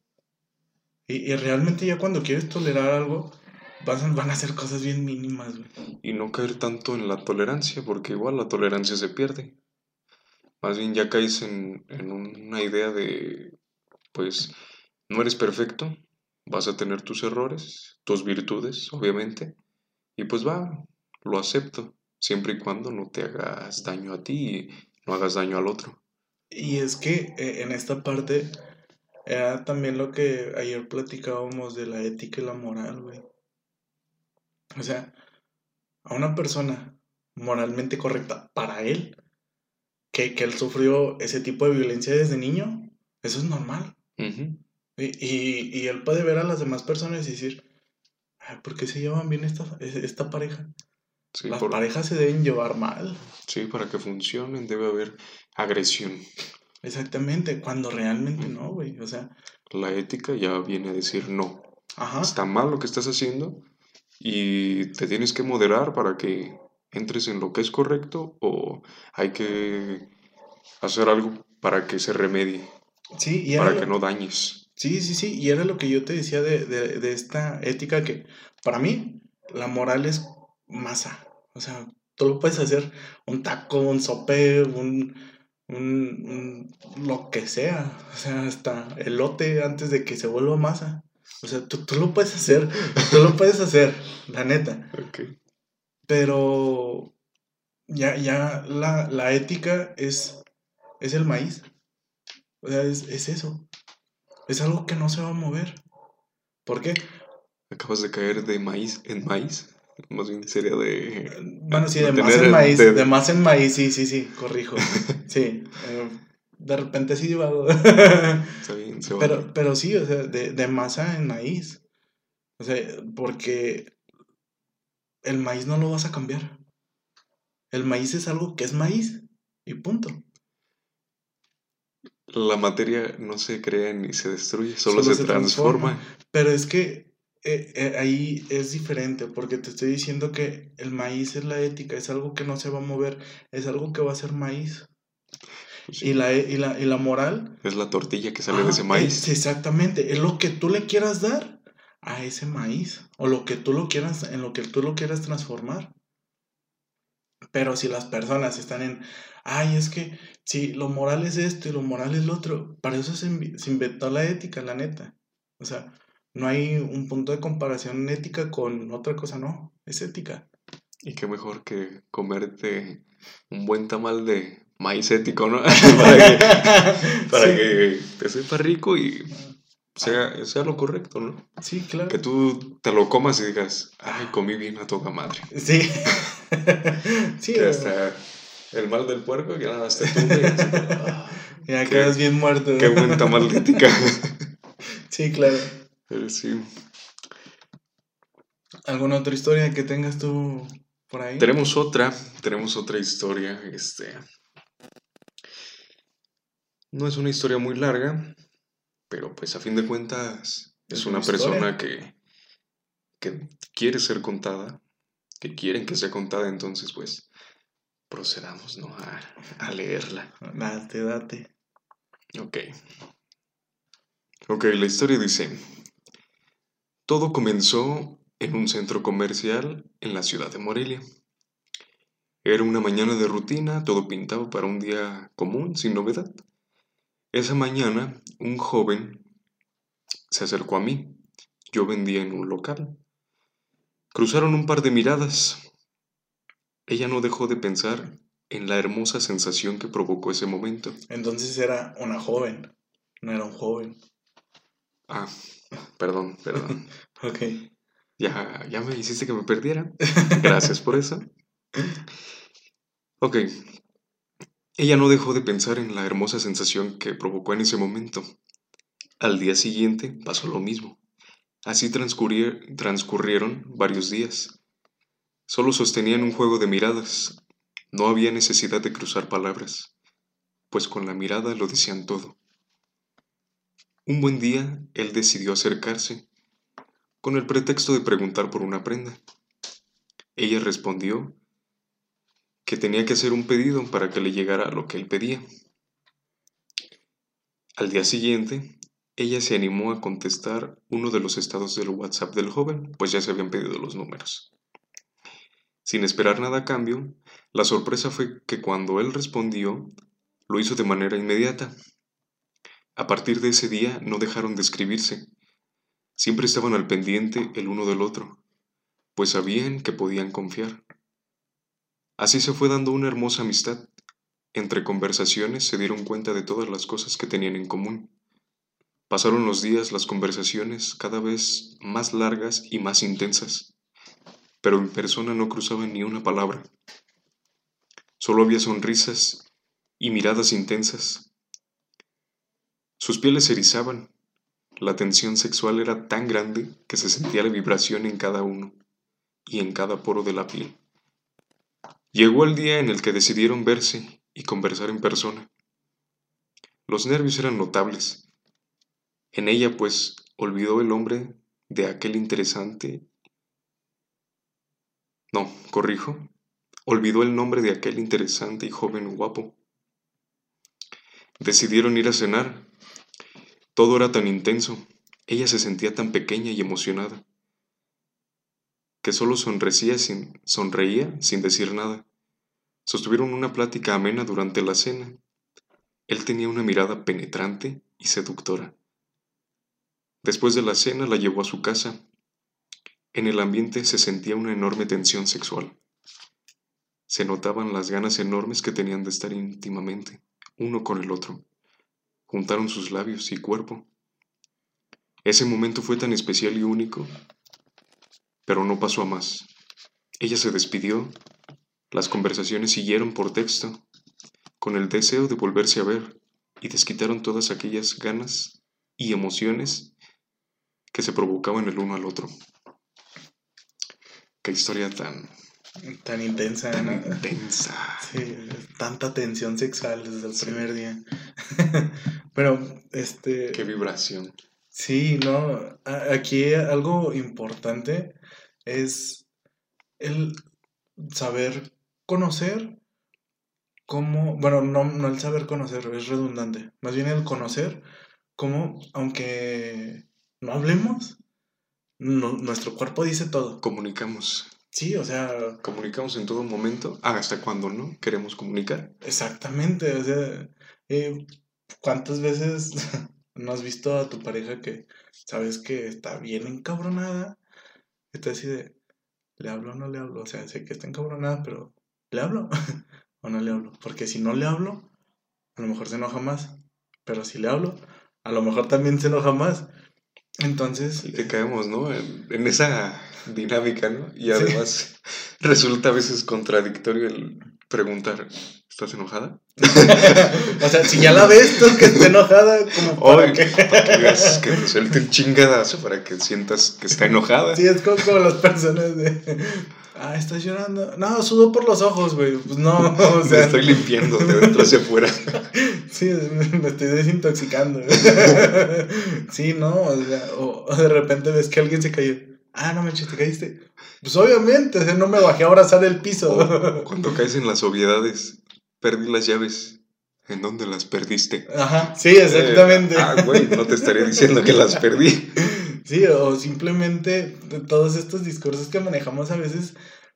B: Y realmente ya cuando quieres tolerar algo, van a ser cosas bien mínimas, güey.
A: Y no caer tanto en la tolerancia, porque igual la tolerancia se pierde. Más bien ya caes en una idea de, pues, no eres perfecto, vas a tener tus errores, tus virtudes, obviamente, y pues va, lo acepto, siempre y cuando no te hagas daño a ti y no hagas daño al otro.
B: Y es que en esta parte era también lo que ayer platicábamos de la ética y la moral, güey. O sea, a una persona moralmente correcta para él, que él sufrió ese tipo de violencia desde niño, eso es normal.
A: Ujú,
B: Y él puede ver a las demás personas y decir, "Ay, ¿por qué se llevan bien esta pareja?
A: sí,
B: Las parejas se deben llevar mal.
A: sí, para que funcionen debe haber agresión.
B: Exactamente, cuando realmente
A: Ujú.
B: no, güey. O sea,
A: La ética ya viene a decir no,
B: ajá.
A: está mal lo que estás haciendo y te tienes que moderar para que entres en lo que es correcto o hay que hacer algo para que se remedie,
B: Sí, y era
A: para que
B: lo,
A: no dañes.
B: sí, sí, sí, y era lo que yo te decía de esta ética que para mí la moral es masa. O sea, tú lo puedes hacer un taco, un sope, lo que sea. O sea, hasta elote antes de que se vuelva masa. O sea, tú lo puedes hacer, tú lo puedes hacer, la neta.
A: Ok.
B: Pero ya la ética es el maíz. O sea, es eso. Es algo que no se va a mover. ¿Por qué?
A: Acabas de caer de maíz en maíz. Más bien sería
B: Bueno, sí,
A: de
B: de más en
A: tener
B: maíz, de más en maíz, sí, corrijo. Sí, de repente sí divago.
A: Está bien, se vale.
B: Pero sí, o sea, de masa en maíz. O sea, porque el maíz no lo vas a cambiar. El maíz es algo que es maíz y punto.
A: La materia no se crea ni se destruye, solo
B: Solo
A: se
B: se transforma.
A: transforma.
B: Pero es que ahí es diferente, porque te estoy diciendo que el maíz es la ética, es algo que no se va a mover, es algo que va a ser maíz.
A: Pues
B: Y
A: sí,
B: la moral,
A: es la tortilla que sale de ese
B: es
A: maíz.
B: exactamente, es lo que tú le quieras dar a ese maíz, o lo que tú lo quieras, en lo que tú lo quieras transformar. Pero si las personas están en, ay, es que si lo moral es esto y lo moral es lo otro, para eso se inventó la ética, la neta. O sea, no hay un punto de comparación ética con otra cosa, no, es ética.
A: Y qué mejor que comerte un buen tamal de maíz ético, ¿no? Para
B: Sí,
A: que te sepa rico y sea lo correcto, ¿no?
B: sí,
A: Que
B: claro.
A: tú te lo comas y digas, ay, comí bien a toda madre.
B: Sí, sí,
A: Que hasta el mal del puerco que nada más te tumbe y así,
B: ya
A: qué,
B: quedas bien muerto.
A: qué buen tamal de ética.
B: Sí, claro.
A: Sí.
B: ¿Alguna otra historia que tengas tú por ahí?
A: Tenemos otra historia, no es una historia muy larga, pero pues a fin de cuentas
B: Es
A: es
B: una
A: una
B: historia.
A: persona que quiere ser contada, que quieren que sea contada, entonces pues procedamos, ¿no? A leerla.
B: Date, date.
A: Ok. Ok, la historia dice, todo comenzó en un centro comercial en la ciudad de Morelia. Era una mañana de rutina, todo pintaba para un día común, sin novedad. Esa mañana, un joven se acercó a mí. Yo vendía en un local. Cruzaron un par de miradas. Ella no dejó de pensar en la hermosa sensación que provocó ese momento.
B: Entonces era una joven, no era un joven.
A: Ah, perdón.
B: Ok.
A: Ya me hiciste que me perdiera. Gracias por eso. Ok, ella no dejó de pensar en la hermosa sensación que provocó en ese momento. Al día siguiente pasó lo mismo. Así transcurrieron varios días. Solo sostenían un juego de miradas. No había necesidad de cruzar palabras, pues con la mirada lo decían todo. Un buen día, él decidió acercarse, con el pretexto de preguntar por una prenda. Ella respondió que tenía que hacer un pedido para que le llegara lo que él pedía. Al día siguiente, ella se animó a contestar uno de los estados del WhatsApp del joven, pues ya se habían pedido los números. Sin esperar nada a cambio, la sorpresa fue que cuando él respondió, lo hizo de manera inmediata. A partir de ese día no dejaron de escribirse, siempre estaban al pendiente el uno del otro, pues sabían que podían confiar. Así se fue dando una hermosa amistad. Entre conversaciones se dieron cuenta de todas las cosas que tenían en común. Pasaron los días, las conversaciones cada vez más largas y más intensas, pero en persona no cruzaban ni una palabra. Solo había sonrisas y miradas intensas. Sus pieles se erizaban. La tensión sexual era tan grande que se sentía la vibración en cada uno y en cada poro de la piel. Llegó el día en el que decidieron verse y conversar en persona. Los nervios eran notables. En ella, pues, olvidó el hombre de aquel interesante... No, corrijo. Olvidó el nombre de aquel interesante y joven guapo. Decidieron ir a cenar. Todo era tan intenso. Ella se sentía tan pequeña y emocionada, que solo sonreía sin decir nada. Sostuvieron una plática amena durante la cena. Él tenía una mirada penetrante y seductora. Después de la cena la llevó a su casa. En el ambiente se sentía una enorme tensión sexual. Se notaban las ganas enormes que tenían de estar íntimamente, uno con el otro. Juntaron sus labios y cuerpo. Ese momento fue tan especial y único, pero no pasó a más. Ella se despidió, las conversaciones siguieron por texto, con el deseo de volverse a ver, y desquitaron todas aquellas ganas y emociones que se provocaban el uno al otro. Qué historia
B: Tan intensa,
A: tan
B: ¿no?
A: intensa.
B: Sí, tanta tensión sexual desde el primer día. Pero,
A: Qué vibración.
B: sí, ¿no? Aquí algo importante es el saber conocer cómo, bueno, no el saber conocer, es redundante, más bien el conocer cómo, aunque no hablemos, nuestro cuerpo dice todo.
A: Comunicamos.
B: Sí, o sea,
A: Comunicamos en todo momento, hasta cuando no queremos comunicar.
B: exactamente, o sea, ¿cuántas veces no has visto a tu pareja que sabes que está bien encabronada? Y te decide, ¿le hablo o no le hablo? O sea, sé que está encabronada, pero ¿le hablo o no le hablo? Porque si no le hablo, a lo mejor se enoja más. Pero si le hablo, a lo mejor también se enoja más. Entonces,
A: Y que caemos, ¿no? En esa dinámica, ¿no? Y
B: sí,
A: además resulta a veces contradictorio el preguntar, ¿estás enojada?
B: o sea, si ya la ves tú que está enojada, como para
A: Oye,
B: que...
A: para que veas que te suelte un chingadazo para que sientas que está enojada.
B: Sí, es como las personas de... Ah, ¿estás llorando? No, sudo por los ojos, güey. Pues no, o
A: Me
B: sea...
A: estoy limpiando de dentro hacia afuera.
B: Sí, me estoy desintoxicando. Sí, no, o sea, o de repente ves que alguien se cayó. Ah, no manches, ¿te caíste? Pues obviamente, o sea, no me bajé a abrazar el piso.
A: O cuando caes en las obviedades, perdí las llaves. ¿En dónde las perdiste?
B: Ajá, sí, exactamente.
A: Güey, no te estaré diciendo que las perdí.
B: Sí, o simplemente todos estos discursos que manejamos a veces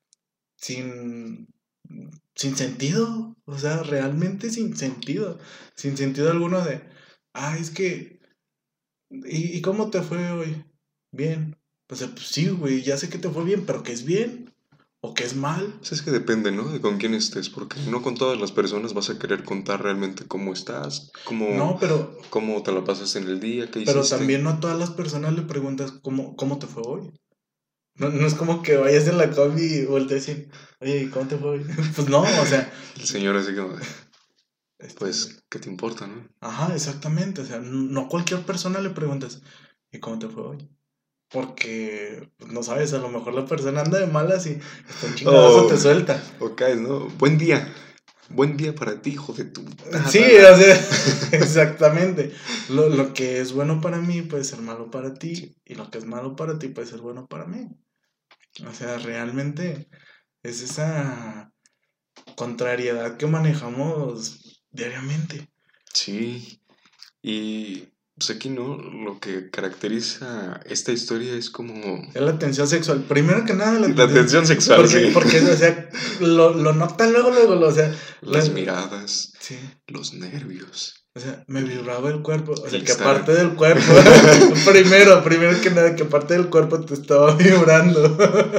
B: sin sentido, o sea, realmente sin sentido alguno de, es que, ¿y cómo te fue hoy? Bien, o sea, pues sí, güey, ya sé que te fue bien, pero ¿qué es bien? ¿O qué es mal?
A: Pues es que depende, ¿no? De con quién estés, porque no con todas las personas vas a querer contar realmente cómo estás,
B: No,
A: cómo te la pasas en el día, qué
B: pero
A: hiciste.
B: también no a todas las personas le preguntas cómo te fue hoy. No es como que vayas en la combi y voltees y, oye, ¿y cómo te fue hoy? Pues no, o sea,
A: El señor así como,
B: este,
A: pues, ¿qué te importa, no?
B: ajá, exactamente, o sea, no a cualquier persona le preguntas, ¿y cómo te fue hoy? Porque, pues, no sabes, a lo mejor la persona anda de malas y hasta un chingadazo te suelta.
A: O caes, ¿no? Buen día para ti, hijo de tu...
B: Sí, o sea, exactamente. Lo que es bueno para mí puede ser malo para ti,
A: Sí.
B: y lo que es malo para ti puede ser bueno para mí. O sea, realmente es esa contrariedad que manejamos diariamente.
A: Sí, y pues aquí, ¿no? Lo que caracteriza esta historia es como
B: Es la tensión sexual. Primero que nada,
A: la tensión sexual,
B: porque, o sea, lo nota luego, o sea,
A: las miradas,
B: sí.
A: los nervios.
B: O sea, me vibraba el cuerpo. O sea,
A: El
B: que
A: estar-
B: parte del cuerpo. primero que nada, que parte del cuerpo te estaba vibrando.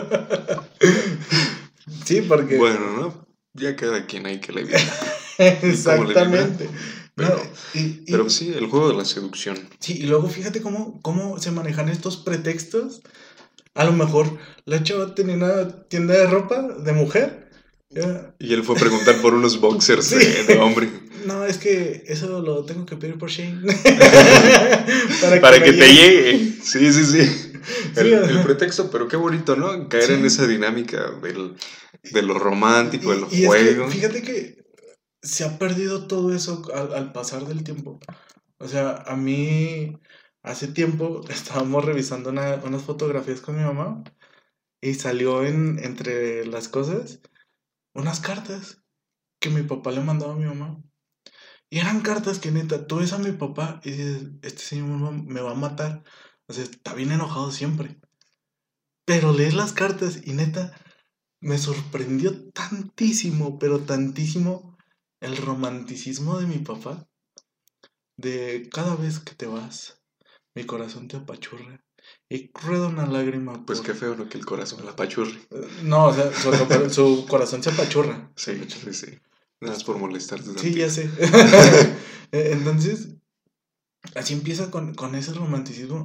B: Sí, porque.
A: Bueno, ¿no? Ya cada quien hay que le vibra. Y cómo le vibra.
B: Exactamente.
A: Pero,
B: No,
A: pero sí, el juego de la seducción.
B: sí, y luego fíjate cómo se manejan estos pretextos. A lo mejor la chava tenía una tienda de ropa de mujer.
A: Y él fue a preguntar por unos boxers
B: Sí.
A: de hombre.
B: No, es que eso lo tengo que pedir por Shane.
A: Para que
B: me
A: te llegue. Sí, sí, sí. El
B: ajá.
A: pretexto, pero qué bonito, ¿no? Caer en
B: Sí.
A: esa dinámica de lo romántico, del
B: Y
A: juego.
B: es que, fíjate que se ha perdido todo eso al pasar del tiempo. O sea, a mí hace tiempo estábamos revisando unas fotografías con mi mamá y salió entre las cosas unas cartas que mi papá le mandaba a mi mamá. Y eran cartas que neta, tú ves a mi papá y dices, este señor me va a matar. O sea, está bien enojado siempre. Pero lees las cartas y neta, me sorprendió tantísimo, pero tantísimo el romanticismo de mi papá. De cada vez que te vas, mi corazón te apachurra y rueda una lágrima.
A: Pues qué feo, ¿no? Que el corazón la pachurre.
B: No, o sea, su corazón se apachurra.
A: Sí, sí, sí. Nada más por molestarte tantito.
B: Sí, ya sé. Entonces, así empieza con ese romanticismo.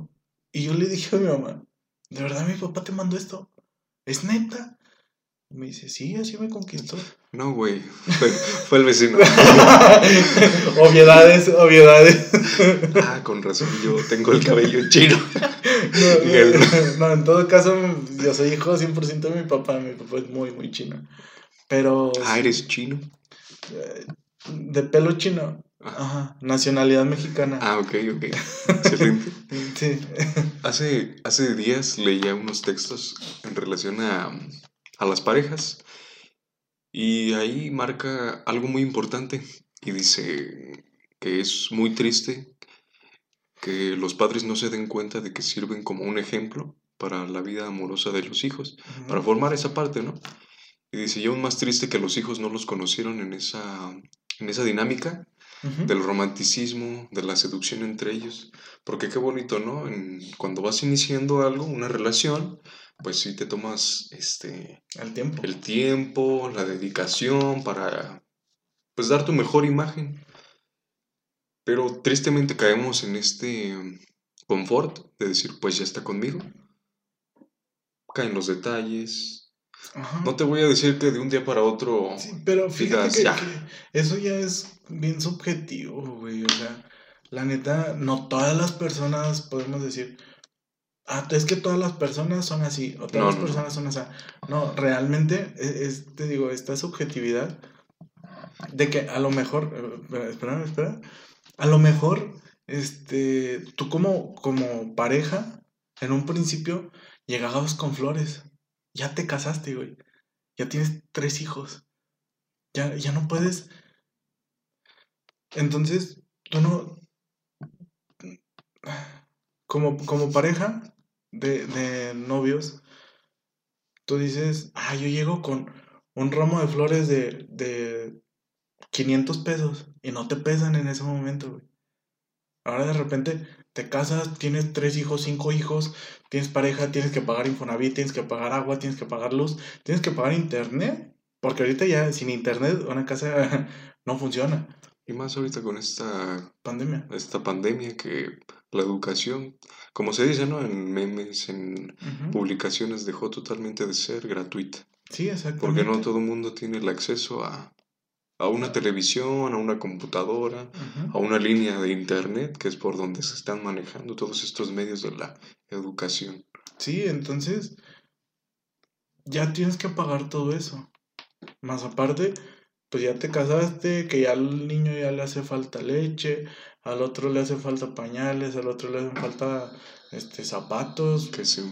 B: Y yo le dije a mi mamá, ¿de verdad mi papá te mandó esto? ¿Es neta? Y me dice, sí, así me conquistó.
A: No, güey, fue el vecino.
B: Obviedades, obviedades.
A: Ah, con razón, yo tengo el cabello chino.
B: No,
A: Y él no.
B: no, en todo caso, yo soy hijo 100% de mi papá. Mi papá es muy, muy chino. Pero
A: Ah,
B: sí,
A: ¿eres chino?
B: de pelo chino.
A: Ah,
B: Ajá, nacionalidad mexicana.
A: ok, ok. Excelente.
B: Sí.
A: Hace días leía unos textos en relación a las parejas y ahí marca algo muy importante y dice que es muy triste que los padres no se den cuenta de que sirven como un ejemplo para la vida amorosa de los hijos, para
B: Ujú,
A: formar esa parte, ¿no? Y dice, y aún más triste que los hijos no los conocieron en esa dinámica
B: ujú.
A: del romanticismo, de la seducción entre ellos. Porque qué bonito, ¿no? Cuando vas iniciando algo, una relación, pues sí te tomas
B: Al tiempo.
A: el tiempo, la dedicación para pues dar tu mejor imagen. Pero tristemente caemos en este confort de decir, pues ya está conmigo. Caen los detalles.
B: Ajá.
A: No te voy a decir que de un día para otro
B: Sí, pero fíjate
A: digas, ya,
B: que eso ya es bien subjetivo, güey. O sea, la neta, no todas las personas podemos decir, ah, es que todas las personas son así, o todas
A: no,
B: las
A: no, no.
B: personas son así. No, realmente, te digo, esta subjetividad de que a lo mejor, espera, a lo mejor, tú como pareja, en un principio, llegabas con flores, ya te casaste, güey, ya tienes 3 hijos, ya no puedes, entonces, tú no, como pareja de novios, tú dices, ah, yo llego con un ramo de flores de 500 pesos y no te pesan en ese momento, güey. Ahora de repente te casas, tienes 3 hijos, 5 hijos, tienes pareja, tienes que pagar Infonavit, tienes que pagar agua, tienes que pagar luz, tienes que pagar internet, porque ahorita ya sin internet una casa no funciona.
A: Y más ahorita con
B: Pandemia.
A: esta pandemia que la educación, como se dice, ¿no? En memes, en
B: Ujú.
A: publicaciones dejó totalmente de ser gratuita,
B: Sí,
A: porque no
B: exactamente.
A: todo el mundo tiene el acceso a una televisión, a una computadora,
B: Ujú.
A: a una línea de internet, que es por donde se están manejando todos estos medios de la educación.
B: Sí, entonces ya tienes que pagar todo eso. Más aparte, pues ya te casaste, que ya al niño ya le hace falta leche, al otro le hace falta pañales, al otro le hacen falta zapatos.
A: Que se...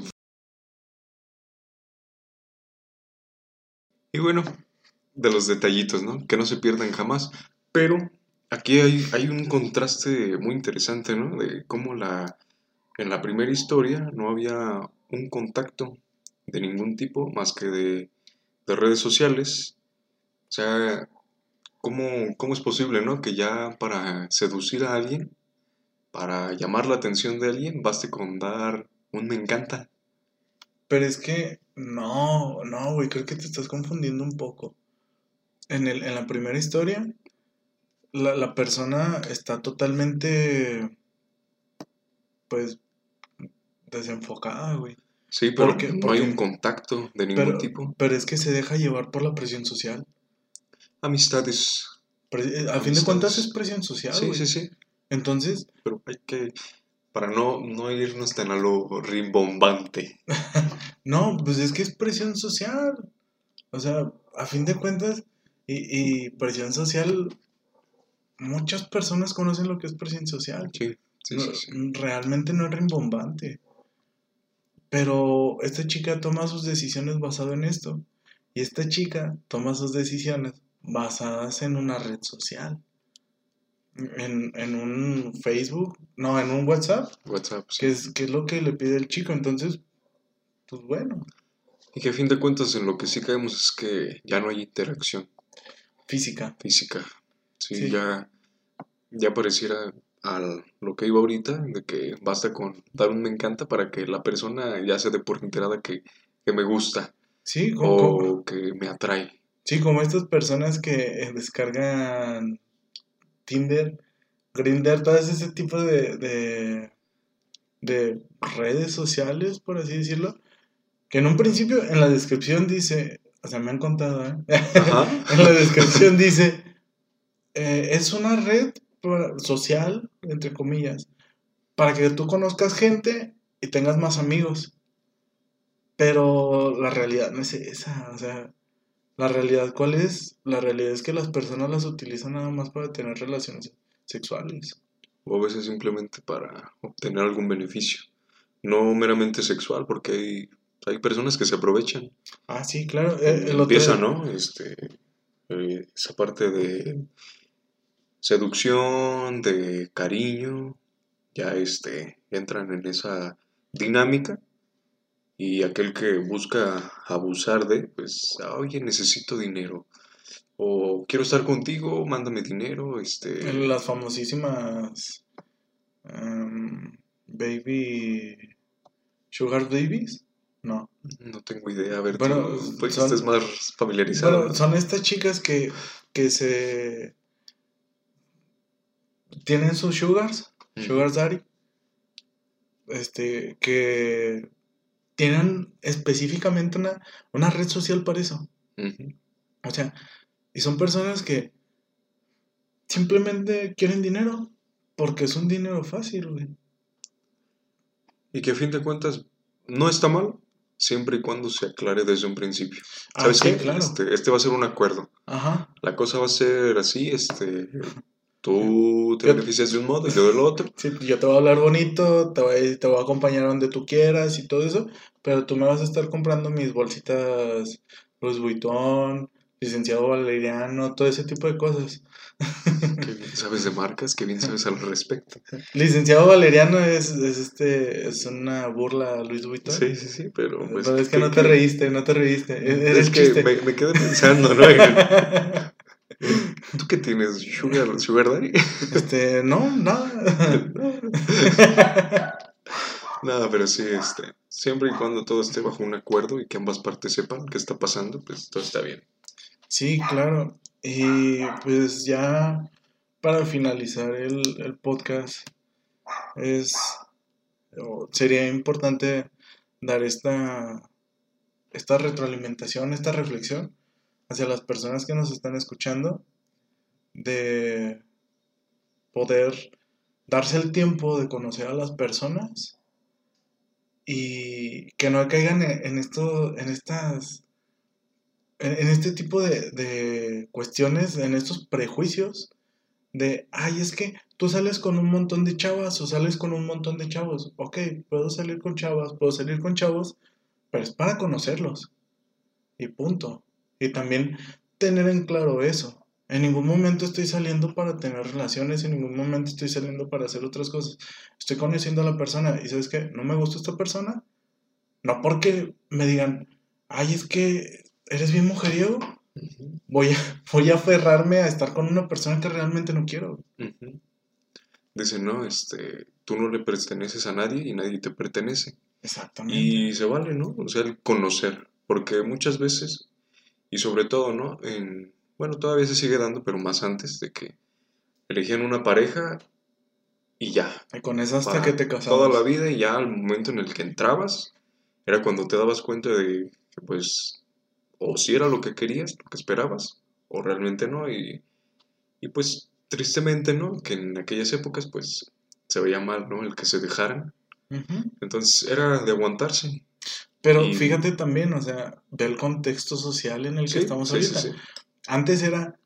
A: Y bueno, de los detallitos, ¿no? Que no se pierdan jamás. Pero aquí hay un contraste muy interesante, ¿no? De cómo en la primera historia no había un contacto de ningún tipo más que de redes sociales. O sea, ¿cómo es posible, ¿no? Que ya para seducir a alguien, para llamar la atención de alguien, baste con dar un me encanta.
B: Pero es que no, no, güey, creo que te estás confundiendo un poco. En la primera historia, la persona está totalmente, pues, desenfocada, güey.
A: Sí, pero
B: ¿Por qué?
A: no hay un
B: Porque,
A: contacto de ningún
B: pero,
A: tipo.
B: pero es que se deja llevar por la presión social.
A: Amistades,
B: A fin de cuentas es
A: amistades.
B: presión social,
A: Sí, sí,
B: güey.
A: sí.
B: Entonces,
A: Pero hay que, para no irnos tan a lo rimbombante.
B: no, pues es que es presión social. O sea, a fin de cuentas, y presión social, muchas personas conocen lo que es presión social.
A: Sí, sí,
B: No,
A: sí, sí.
B: realmente no es rimbombante. Pero esta chica toma sus decisiones basado en esto. Y esta chica toma sus decisiones basadas en una red social. En un Facebook, no, en un WhatsApp,
A: WhatsApp,
B: que
A: sí.
B: es lo que le pide el chico. Entonces, pues bueno,
A: Y que a fin de cuentas en lo que sí caemos es que ya no hay interacción
B: física.
A: física. Sí,
B: Sí,
A: ya pareciera a lo que iba ahorita, de que basta con dar un me encanta para que la persona ya se dé por enterada que me gusta
B: sí,
A: o que me atrae.
B: sí, como estas personas que descargan Tinder, Grindr, todo ese tipo de de redes sociales, por así decirlo, que en un principio en la descripción dice, o sea, me han contado,
A: Ajá.
B: en la descripción dice, es una red social, entre comillas, para que tú conozcas gente y tengas más amigos. Pero la realidad no es esa, o sea, la realidad ¿cuál es? La realidad es que las personas las utilizan nada más para tener relaciones sexuales.
A: O a veces simplemente para obtener algún beneficio. No meramente sexual, porque hay personas que se aprovechan.
B: Ah, sí, claro. El otro...
A: Empieza, ¿no? Esa parte de seducción, de cariño, ya entran en esa dinámica y aquel que busca abusar de, pues, oye, necesito dinero o quiero estar contigo, mándame dinero,
B: Las famosísimas baby sugar babies. No.
A: no tengo idea, a ver tú,
B: Bueno,
A: pues que estés más familiarizado,
B: bueno,
A: ¿no?
B: son estas chicas que se tienen sus sugar daddy, que tienen específicamente una red social para eso.
A: Ujú.
B: O sea, y son personas que simplemente quieren dinero porque es un dinero fácil, güey.
A: Y que a fin de cuentas no está mal, siempre y cuando se aclare desde un principio.
B: Ah,
A: ¿Sabes
B: sí,
A: qué?
B: claro.
A: Este va a ser un acuerdo.
B: Ajá.
A: La cosa va a ser así, tú te beneficias de un modo y yo del otro.
B: Sí, yo te voy a hablar bonito, te voy a acompañar donde tú quieras y todo eso, pero tú me vas a estar comprando mis bolsitas Louis Vuitton, licenciado Valeriano, todo ese tipo de cosas.
A: Qué bien sabes de marcas, qué bien sabes al respecto.
B: Licenciado Valeriano es una burla a Louis Vuitton.
A: Sí, sí, sí, pero pues...
B: Pero es que no te reíste, no te reíste. Era
A: Es
B: el
A: que
B: chiste.
A: me quedé pensando, ¿no? ¿Tú qué tienes? ¿Sugar daddy?
B: No, nada.
A: Nada, pero sí, siempre y cuando todo esté bajo un acuerdo y que ambas partes sepan qué está pasando, pues todo está bien.
B: Sí, claro. Y pues ya para finalizar el podcast, sería importante dar esta retroalimentación, esta reflexión hacia las personas que nos están escuchando, de poder darse el tiempo de conocer a las personas y que no caigan en este tipo de cuestiones, en estos prejuicios de, ay, es que tú sales con un montón de chavas o sales con un montón de chavos. Ok, puedo salir con chavas, puedo salir con chavos, pero es para conocerlos. Y punto. Y también tener en claro eso. En ningún momento estoy saliendo para tener relaciones, en ningún momento estoy saliendo para hacer otras cosas. Estoy conociendo a la persona y ¿sabes qué? ¿No me gusta esta persona? No porque me digan, ay, es que eres bien mujeriego.
A: Ujú,
B: Voy a aferrarme a estar con una persona que realmente no quiero.
A: ujú. Dicen, no, tú no le perteneces a nadie y nadie te pertenece.
B: Exactamente.
A: Y se vale, ¿no? O sea, el conocer, porque muchas veces, y sobre todo, ¿no? Bueno, todavía se sigue dando, pero más antes de que elegían una pareja y ya,
B: Y con eso hasta que
A: para
B: te
A: toda la
B: casabas.
A: vida y ya al momento en el que entrabas, era cuando te dabas cuenta de que pues o si era lo que querías, lo que esperabas, o realmente no, y pues tristemente, ¿no? Que en aquellas épocas pues se veía mal, ¿no? El que se dejaran,
B: Ujú.
A: entonces era de aguantarse,
B: Pero
A: y
B: fíjate también, o sea, ve el contexto social en el que
A: sí,
B: estamos
A: sí, sí,
B: ahorita.
A: sí,
B: Antes era,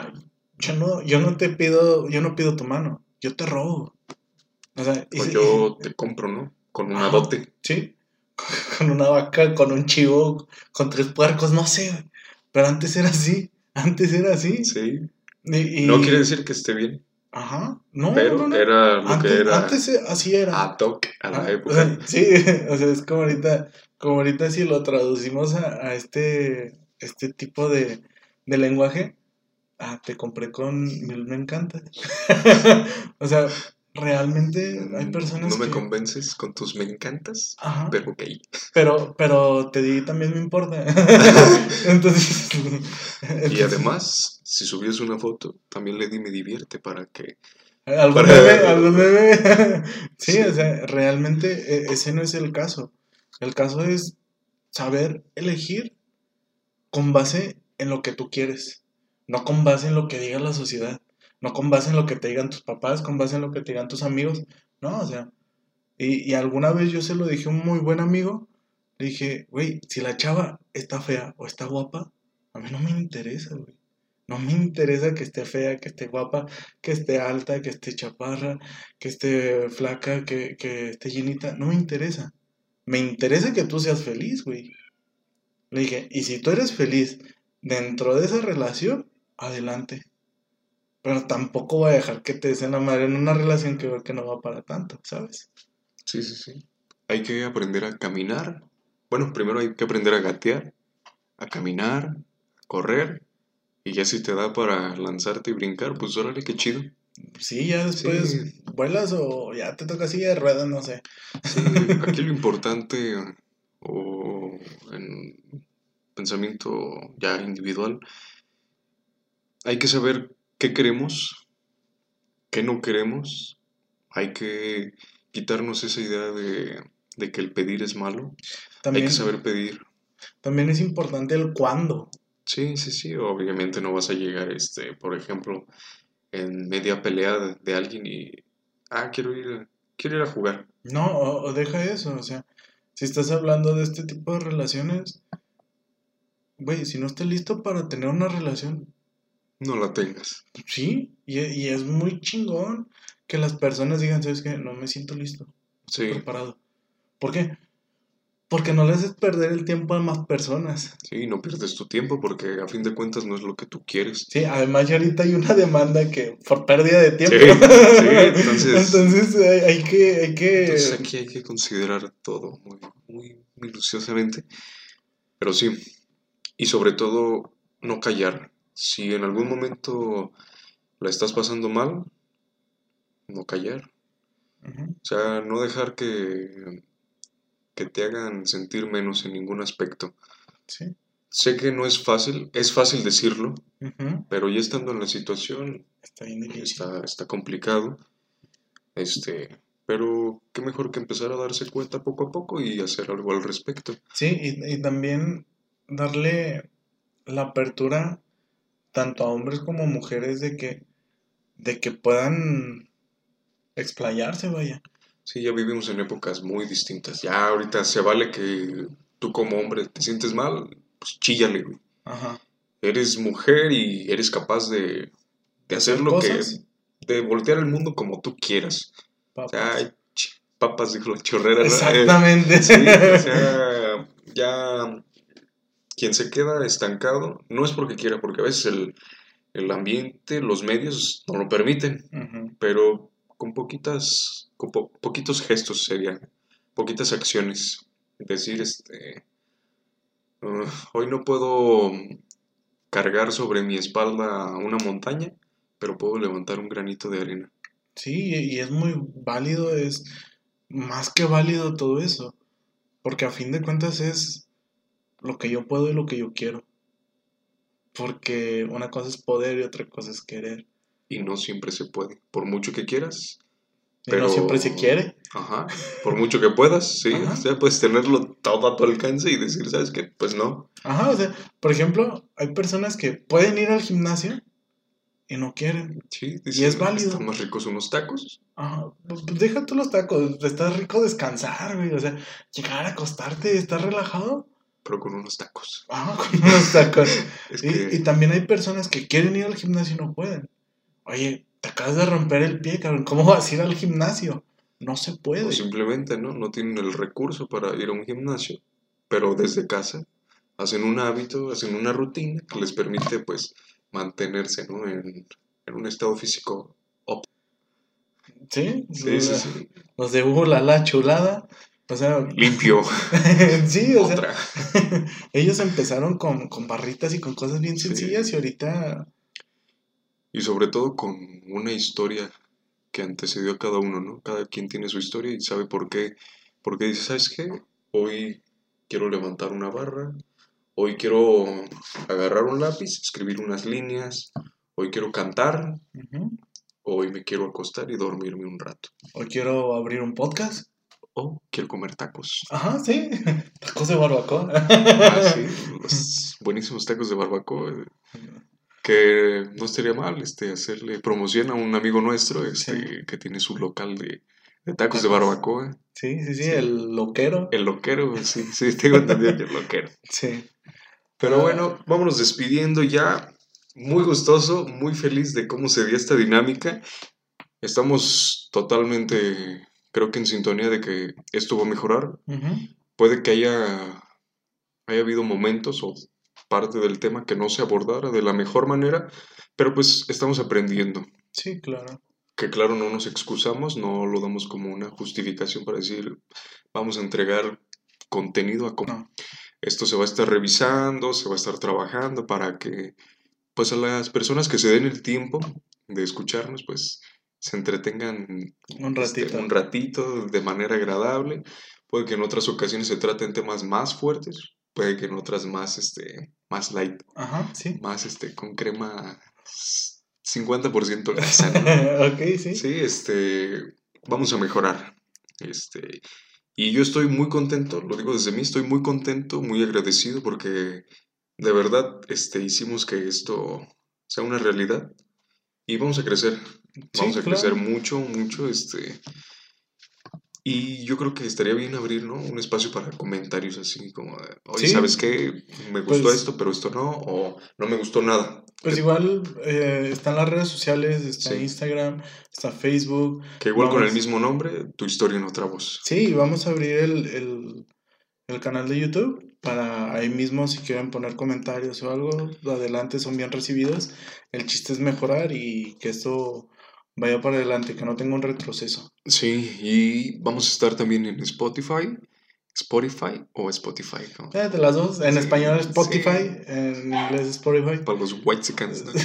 B: yo no pido tu mano, yo te robo. O sea,
A: o yo te compro, ¿no? Con una
B: ajá,
A: dote,
B: sí, con una vaca, con un chivo, con 3 puercos, no sé, güey. Pero antes era así.
A: sí,
B: Y,
A: no quiere
B: y-
A: decir que esté bien,
B: ajá, no, no, no,
A: pero
B: no.
A: era lo que era
B: Antes así era.
A: ad hoc a la
B: Ah,
A: época.
B: sí, o sea, es como ahorita si lo traducimos a este tipo de lenguaje, te compré con mil me encanta. O sea, realmente hay
A: No
B: personas
A: me
B: que,
A: convences con tus me encantas,
B: ajá,
A: pero ok.
B: pero te di también me importa. Entonces,
A: Y
B: entonces,
A: además, si subías una foto, también le di me divierte para que
B: Algún meme. Sí,
A: Sí,
B: o sea, realmente ese no es el caso. El caso es saber elegir con base en lo que tú quieres, no con base en lo que diga la sociedad, no con base en lo que te digan tus papás, con base en lo que te digan tus amigos, no, o sea, y alguna vez yo se lo dije a un muy buen amigo, le dije, güey, si la chava está fea o está guapa, a mí no me interesa, güey. No me interesa que esté fea, que esté guapa, que esté alta, que esté chaparra, que esté flaca, que esté llenita. No me interesa. Me interesa que tú seas feliz, güey. Le dije, y si tú eres feliz dentro de esa relación, adelante. Pero tampoco voy a dejar que te den la madre en una relación que veo que no va para tanto, ¿sabes?
A: sí, sí, sí. Hay que aprender a caminar. Bueno, primero hay que aprender a gatear, a caminar, a correr. Y ya si te da para lanzarte y brincar, pues órale, qué chido.
B: Sí, ya después
A: Sí,
B: vuelas o ya te toca silla de ruedas, no sé.
A: sí, aquí lo importante, o en pensamiento ya individual, hay que saber qué queremos, qué no queremos. Hay que quitarnos esa idea de que el pedir es malo. Hay que
B: También,
A: saber pedir.
B: también es importante el cuándo.
A: Sí, sí, sí, obviamente no vas a llegar, por ejemplo, en media pelea de alguien y, quiero ir a jugar.
B: No, o deja eso, o sea, si estás hablando de este tipo de relaciones, güey, si no estás listo para tener una relación,
A: No la tengas.
B: sí, y es muy chingón que las personas digan, ¿sabes qué? No me siento listo, no estoy
A: Sí,
B: preparado. ¿Por qué? Porque no le haces perder el tiempo a más personas.
A: sí, no pierdes tu tiempo porque a fin de cuentas no es lo que tú quieres.
B: Sí, además ya ahorita hay una demanda que por pérdida de
A: Sí,
B: tiempo.
A: sí, entonces,
B: Entonces
A: entonces aquí hay que considerar todo muy, muy minuciosamente. Pero sí, y sobre todo no callar. Si en algún momento la estás pasando mal, no callar.
B: Ujú,
A: O sea, no dejar que te hagan sentir menos en ningún aspecto.
B: sí,
A: Sé que no es fácil decirlo,
B: ujú,
A: pero ya estando en la situación
B: está bien difícil.
A: está complicado. Pero qué mejor que empezar a darse cuenta poco a poco y hacer algo al respecto.
B: Sí, y también darle la apertura tanto a hombres como mujeres de que puedan explayarse, vaya.
A: Sí, ya vivimos en épocas muy distintas. Ya ahorita se vale que tú como hombre te sientes mal, pues chíllale, güey.
B: Ajá.
A: Eres mujer y eres capaz de
B: De
A: hacer
B: hacer
A: lo que,
B: cosas,
A: de voltear el mundo como tú quieras. O sea,
B: papas.
A: papas, dijo la chorrera, ¿no?
B: Exactamente.
A: Sí, o sea, ya quien se queda estancado no es porque quiera, porque a veces el ambiente, los medios no lo permiten,
B: Ujú.
A: pero con poquitos gestos serían, poquitas acciones. Decir, hoy no puedo cargar sobre mi espalda una montaña, pero puedo levantar un granito de arena.
B: Sí, y es muy válido, es más que válido todo eso, porque a fin de cuentas es lo que yo puedo y lo que yo quiero, porque una cosa es poder y otra cosa es querer,
A: Y no siempre se puede, por mucho que quieras,
B: y no siempre se
A: pero,
B: quiere.
A: ajá, por mucho que puedas, sí, o
B: Ajá,
A: sea, puedes tenerlo todo a tu alcance y decir, ¿sabes qué? Pues no.
B: ajá, o sea, por ejemplo, hay personas que pueden ir al gimnasio y no quieren,
A: Sí,
B: y es
A: dicen, están
B: válido.
A: más ricos unos tacos,
B: Ajá, pues deja tú los tacos, está rico descansar, güey, o sea, llegar a acostarte, estar relajado.
A: pero con unos tacos.
B: Ah, con unos tacos.
A: Es
B: Y
A: que,
B: también hay personas que quieren ir al gimnasio y no pueden. Oye, te acabas de romper el pie, cabrón. ¿Cómo vas a ir al gimnasio? No se
A: o
B: puede.
A: simplemente, ¿no? No tienen el recurso para ir a un gimnasio, pero desde casa hacen un hábito, hacen una rutina que les permite, pues, mantenerse, ¿no? En un estado físico óptimo.
B: ¿Sí?
A: Sí, sí, sí.
B: Los de la chulada. O sea,
A: Limpio.
B: sí, o sea,
A: Otra.
B: ellos empezaron con barritas y con cosas bien
A: Sí.
B: sencillas y ahorita,
A: Y sobre todo con una historia que antecedió a cada uno, ¿no? Cada quien tiene su historia y sabe por qué. Porque dice, ¿sabes qué? Hoy quiero levantar una barra, hoy quiero agarrar un lápiz, escribir unas líneas, hoy quiero cantar,
B: ujú,
A: Hoy me quiero acostar y dormirme un rato.
B: O quiero abrir un podcast.
A: O quiero comer tacos.
B: Ajá, sí. Tacos de barbacoa.
A: Ah, sí, los buenísimos tacos de barbacoa. Que no estaría mal hacerle promoción a un amigo nuestro
B: Sí.
A: que tiene su local de tacos de
B: Tacos.
A: barbacoa.
B: Sí, sí, sí,
A: Sí.
B: el loquero.
A: El loquero, sí, sí, tengo entendido que el loquero.
B: Sí.
A: Pero bueno, vámonos despidiendo ya. Muy gustoso, muy feliz de cómo se dio esta dinámica. Estamos totalmente, creo que en sintonía de que esto va a mejorar.
B: Ujú.
A: Puede que haya habido momentos o parte del tema que no se abordara de la mejor manera, pero pues estamos aprendiendo.
B: Sí, claro.
A: Que claro, no nos excusamos, no lo damos como una justificación para decir vamos a entregar contenido a como.
B: No.
A: Esto se va a estar revisando, se va a estar trabajando para que pues a las personas que se den el tiempo de escucharnos pues se entretengan
B: Un ratito.
A: un ratito de manera agradable. Puede que en otras ocasiones se traten temas más fuertes, puede que en otras más light,
B: Ajá, sí.
A: más con crema 50% grasa, ¿no?
B: Ok, sí.
A: Sí, vamos a mejorar. Y yo estoy muy contento, lo digo desde mí, estoy muy contento, muy agradecido porque de verdad hicimos que esto sea una realidad y vamos a crecer. Vamos
B: Sí,
A: a crecer
B: claro.
A: mucho, mucho, y yo creo que estaría bien abrir, ¿no? Un espacio para comentarios así como, oye,
B: Sí,
A: ¿sabes qué? Me gustó
B: pues,
A: esto, pero esto no, o no me gustó nada.
B: pues igual están las redes sociales, está
A: Sí,
B: Instagram, está Facebook.
A: que igual con el
B: Vamos,
A: mismo nombre, tu historia en otra voz.
B: sí, vamos a abrir el canal de YouTube para ahí mismo si quieren poner comentarios o algo, adelante son bien recibidos. El chiste es mejorar y que esto vaya para adelante, que no tenga un retroceso.
A: Sí, y vamos a estar también en Spotify o Spotify, ¿no?
B: De las dos, en
A: Sí,
B: español
A: sí,
B: Spotify, en inglés Spotify.
A: para los whitexicans, ¿no?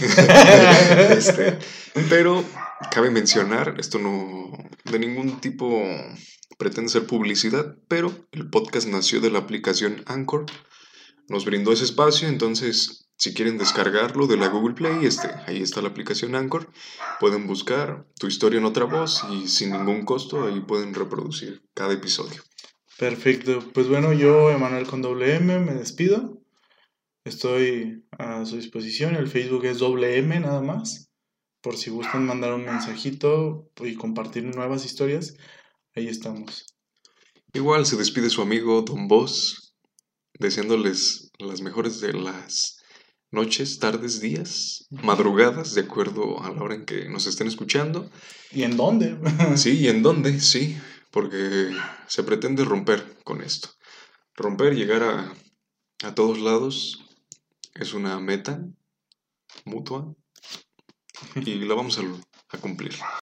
A: Pero cabe mencionar, esto no de ningún tipo pretende ser publicidad, pero el podcast nació de la aplicación Anchor, nos brindó ese espacio, entonces si quieren descargarlo de la Google Play, ahí está la aplicación Anchor, pueden buscar tu historia en otra voz y sin ningún costo ahí pueden reproducir cada episodio.
B: Perfecto, pues bueno, yo, Emanuel con doble M, me despido. Estoy a su disposición, el Facebook es doble M nada más. Por si gustan mandar un mensajito y compartir nuevas historias, ahí estamos.
A: Igual se despide su amigo Don Boss, deseándoles las mejores de las noches, tardes, días, madrugadas, de acuerdo a la hora en que nos estén escuchando.
B: ¿Y en dónde?
A: Sí, ¿y en dónde? Sí, porque se pretende romper con esto. Romper, llegar a todos lados es una meta mutua y la vamos a cumplir.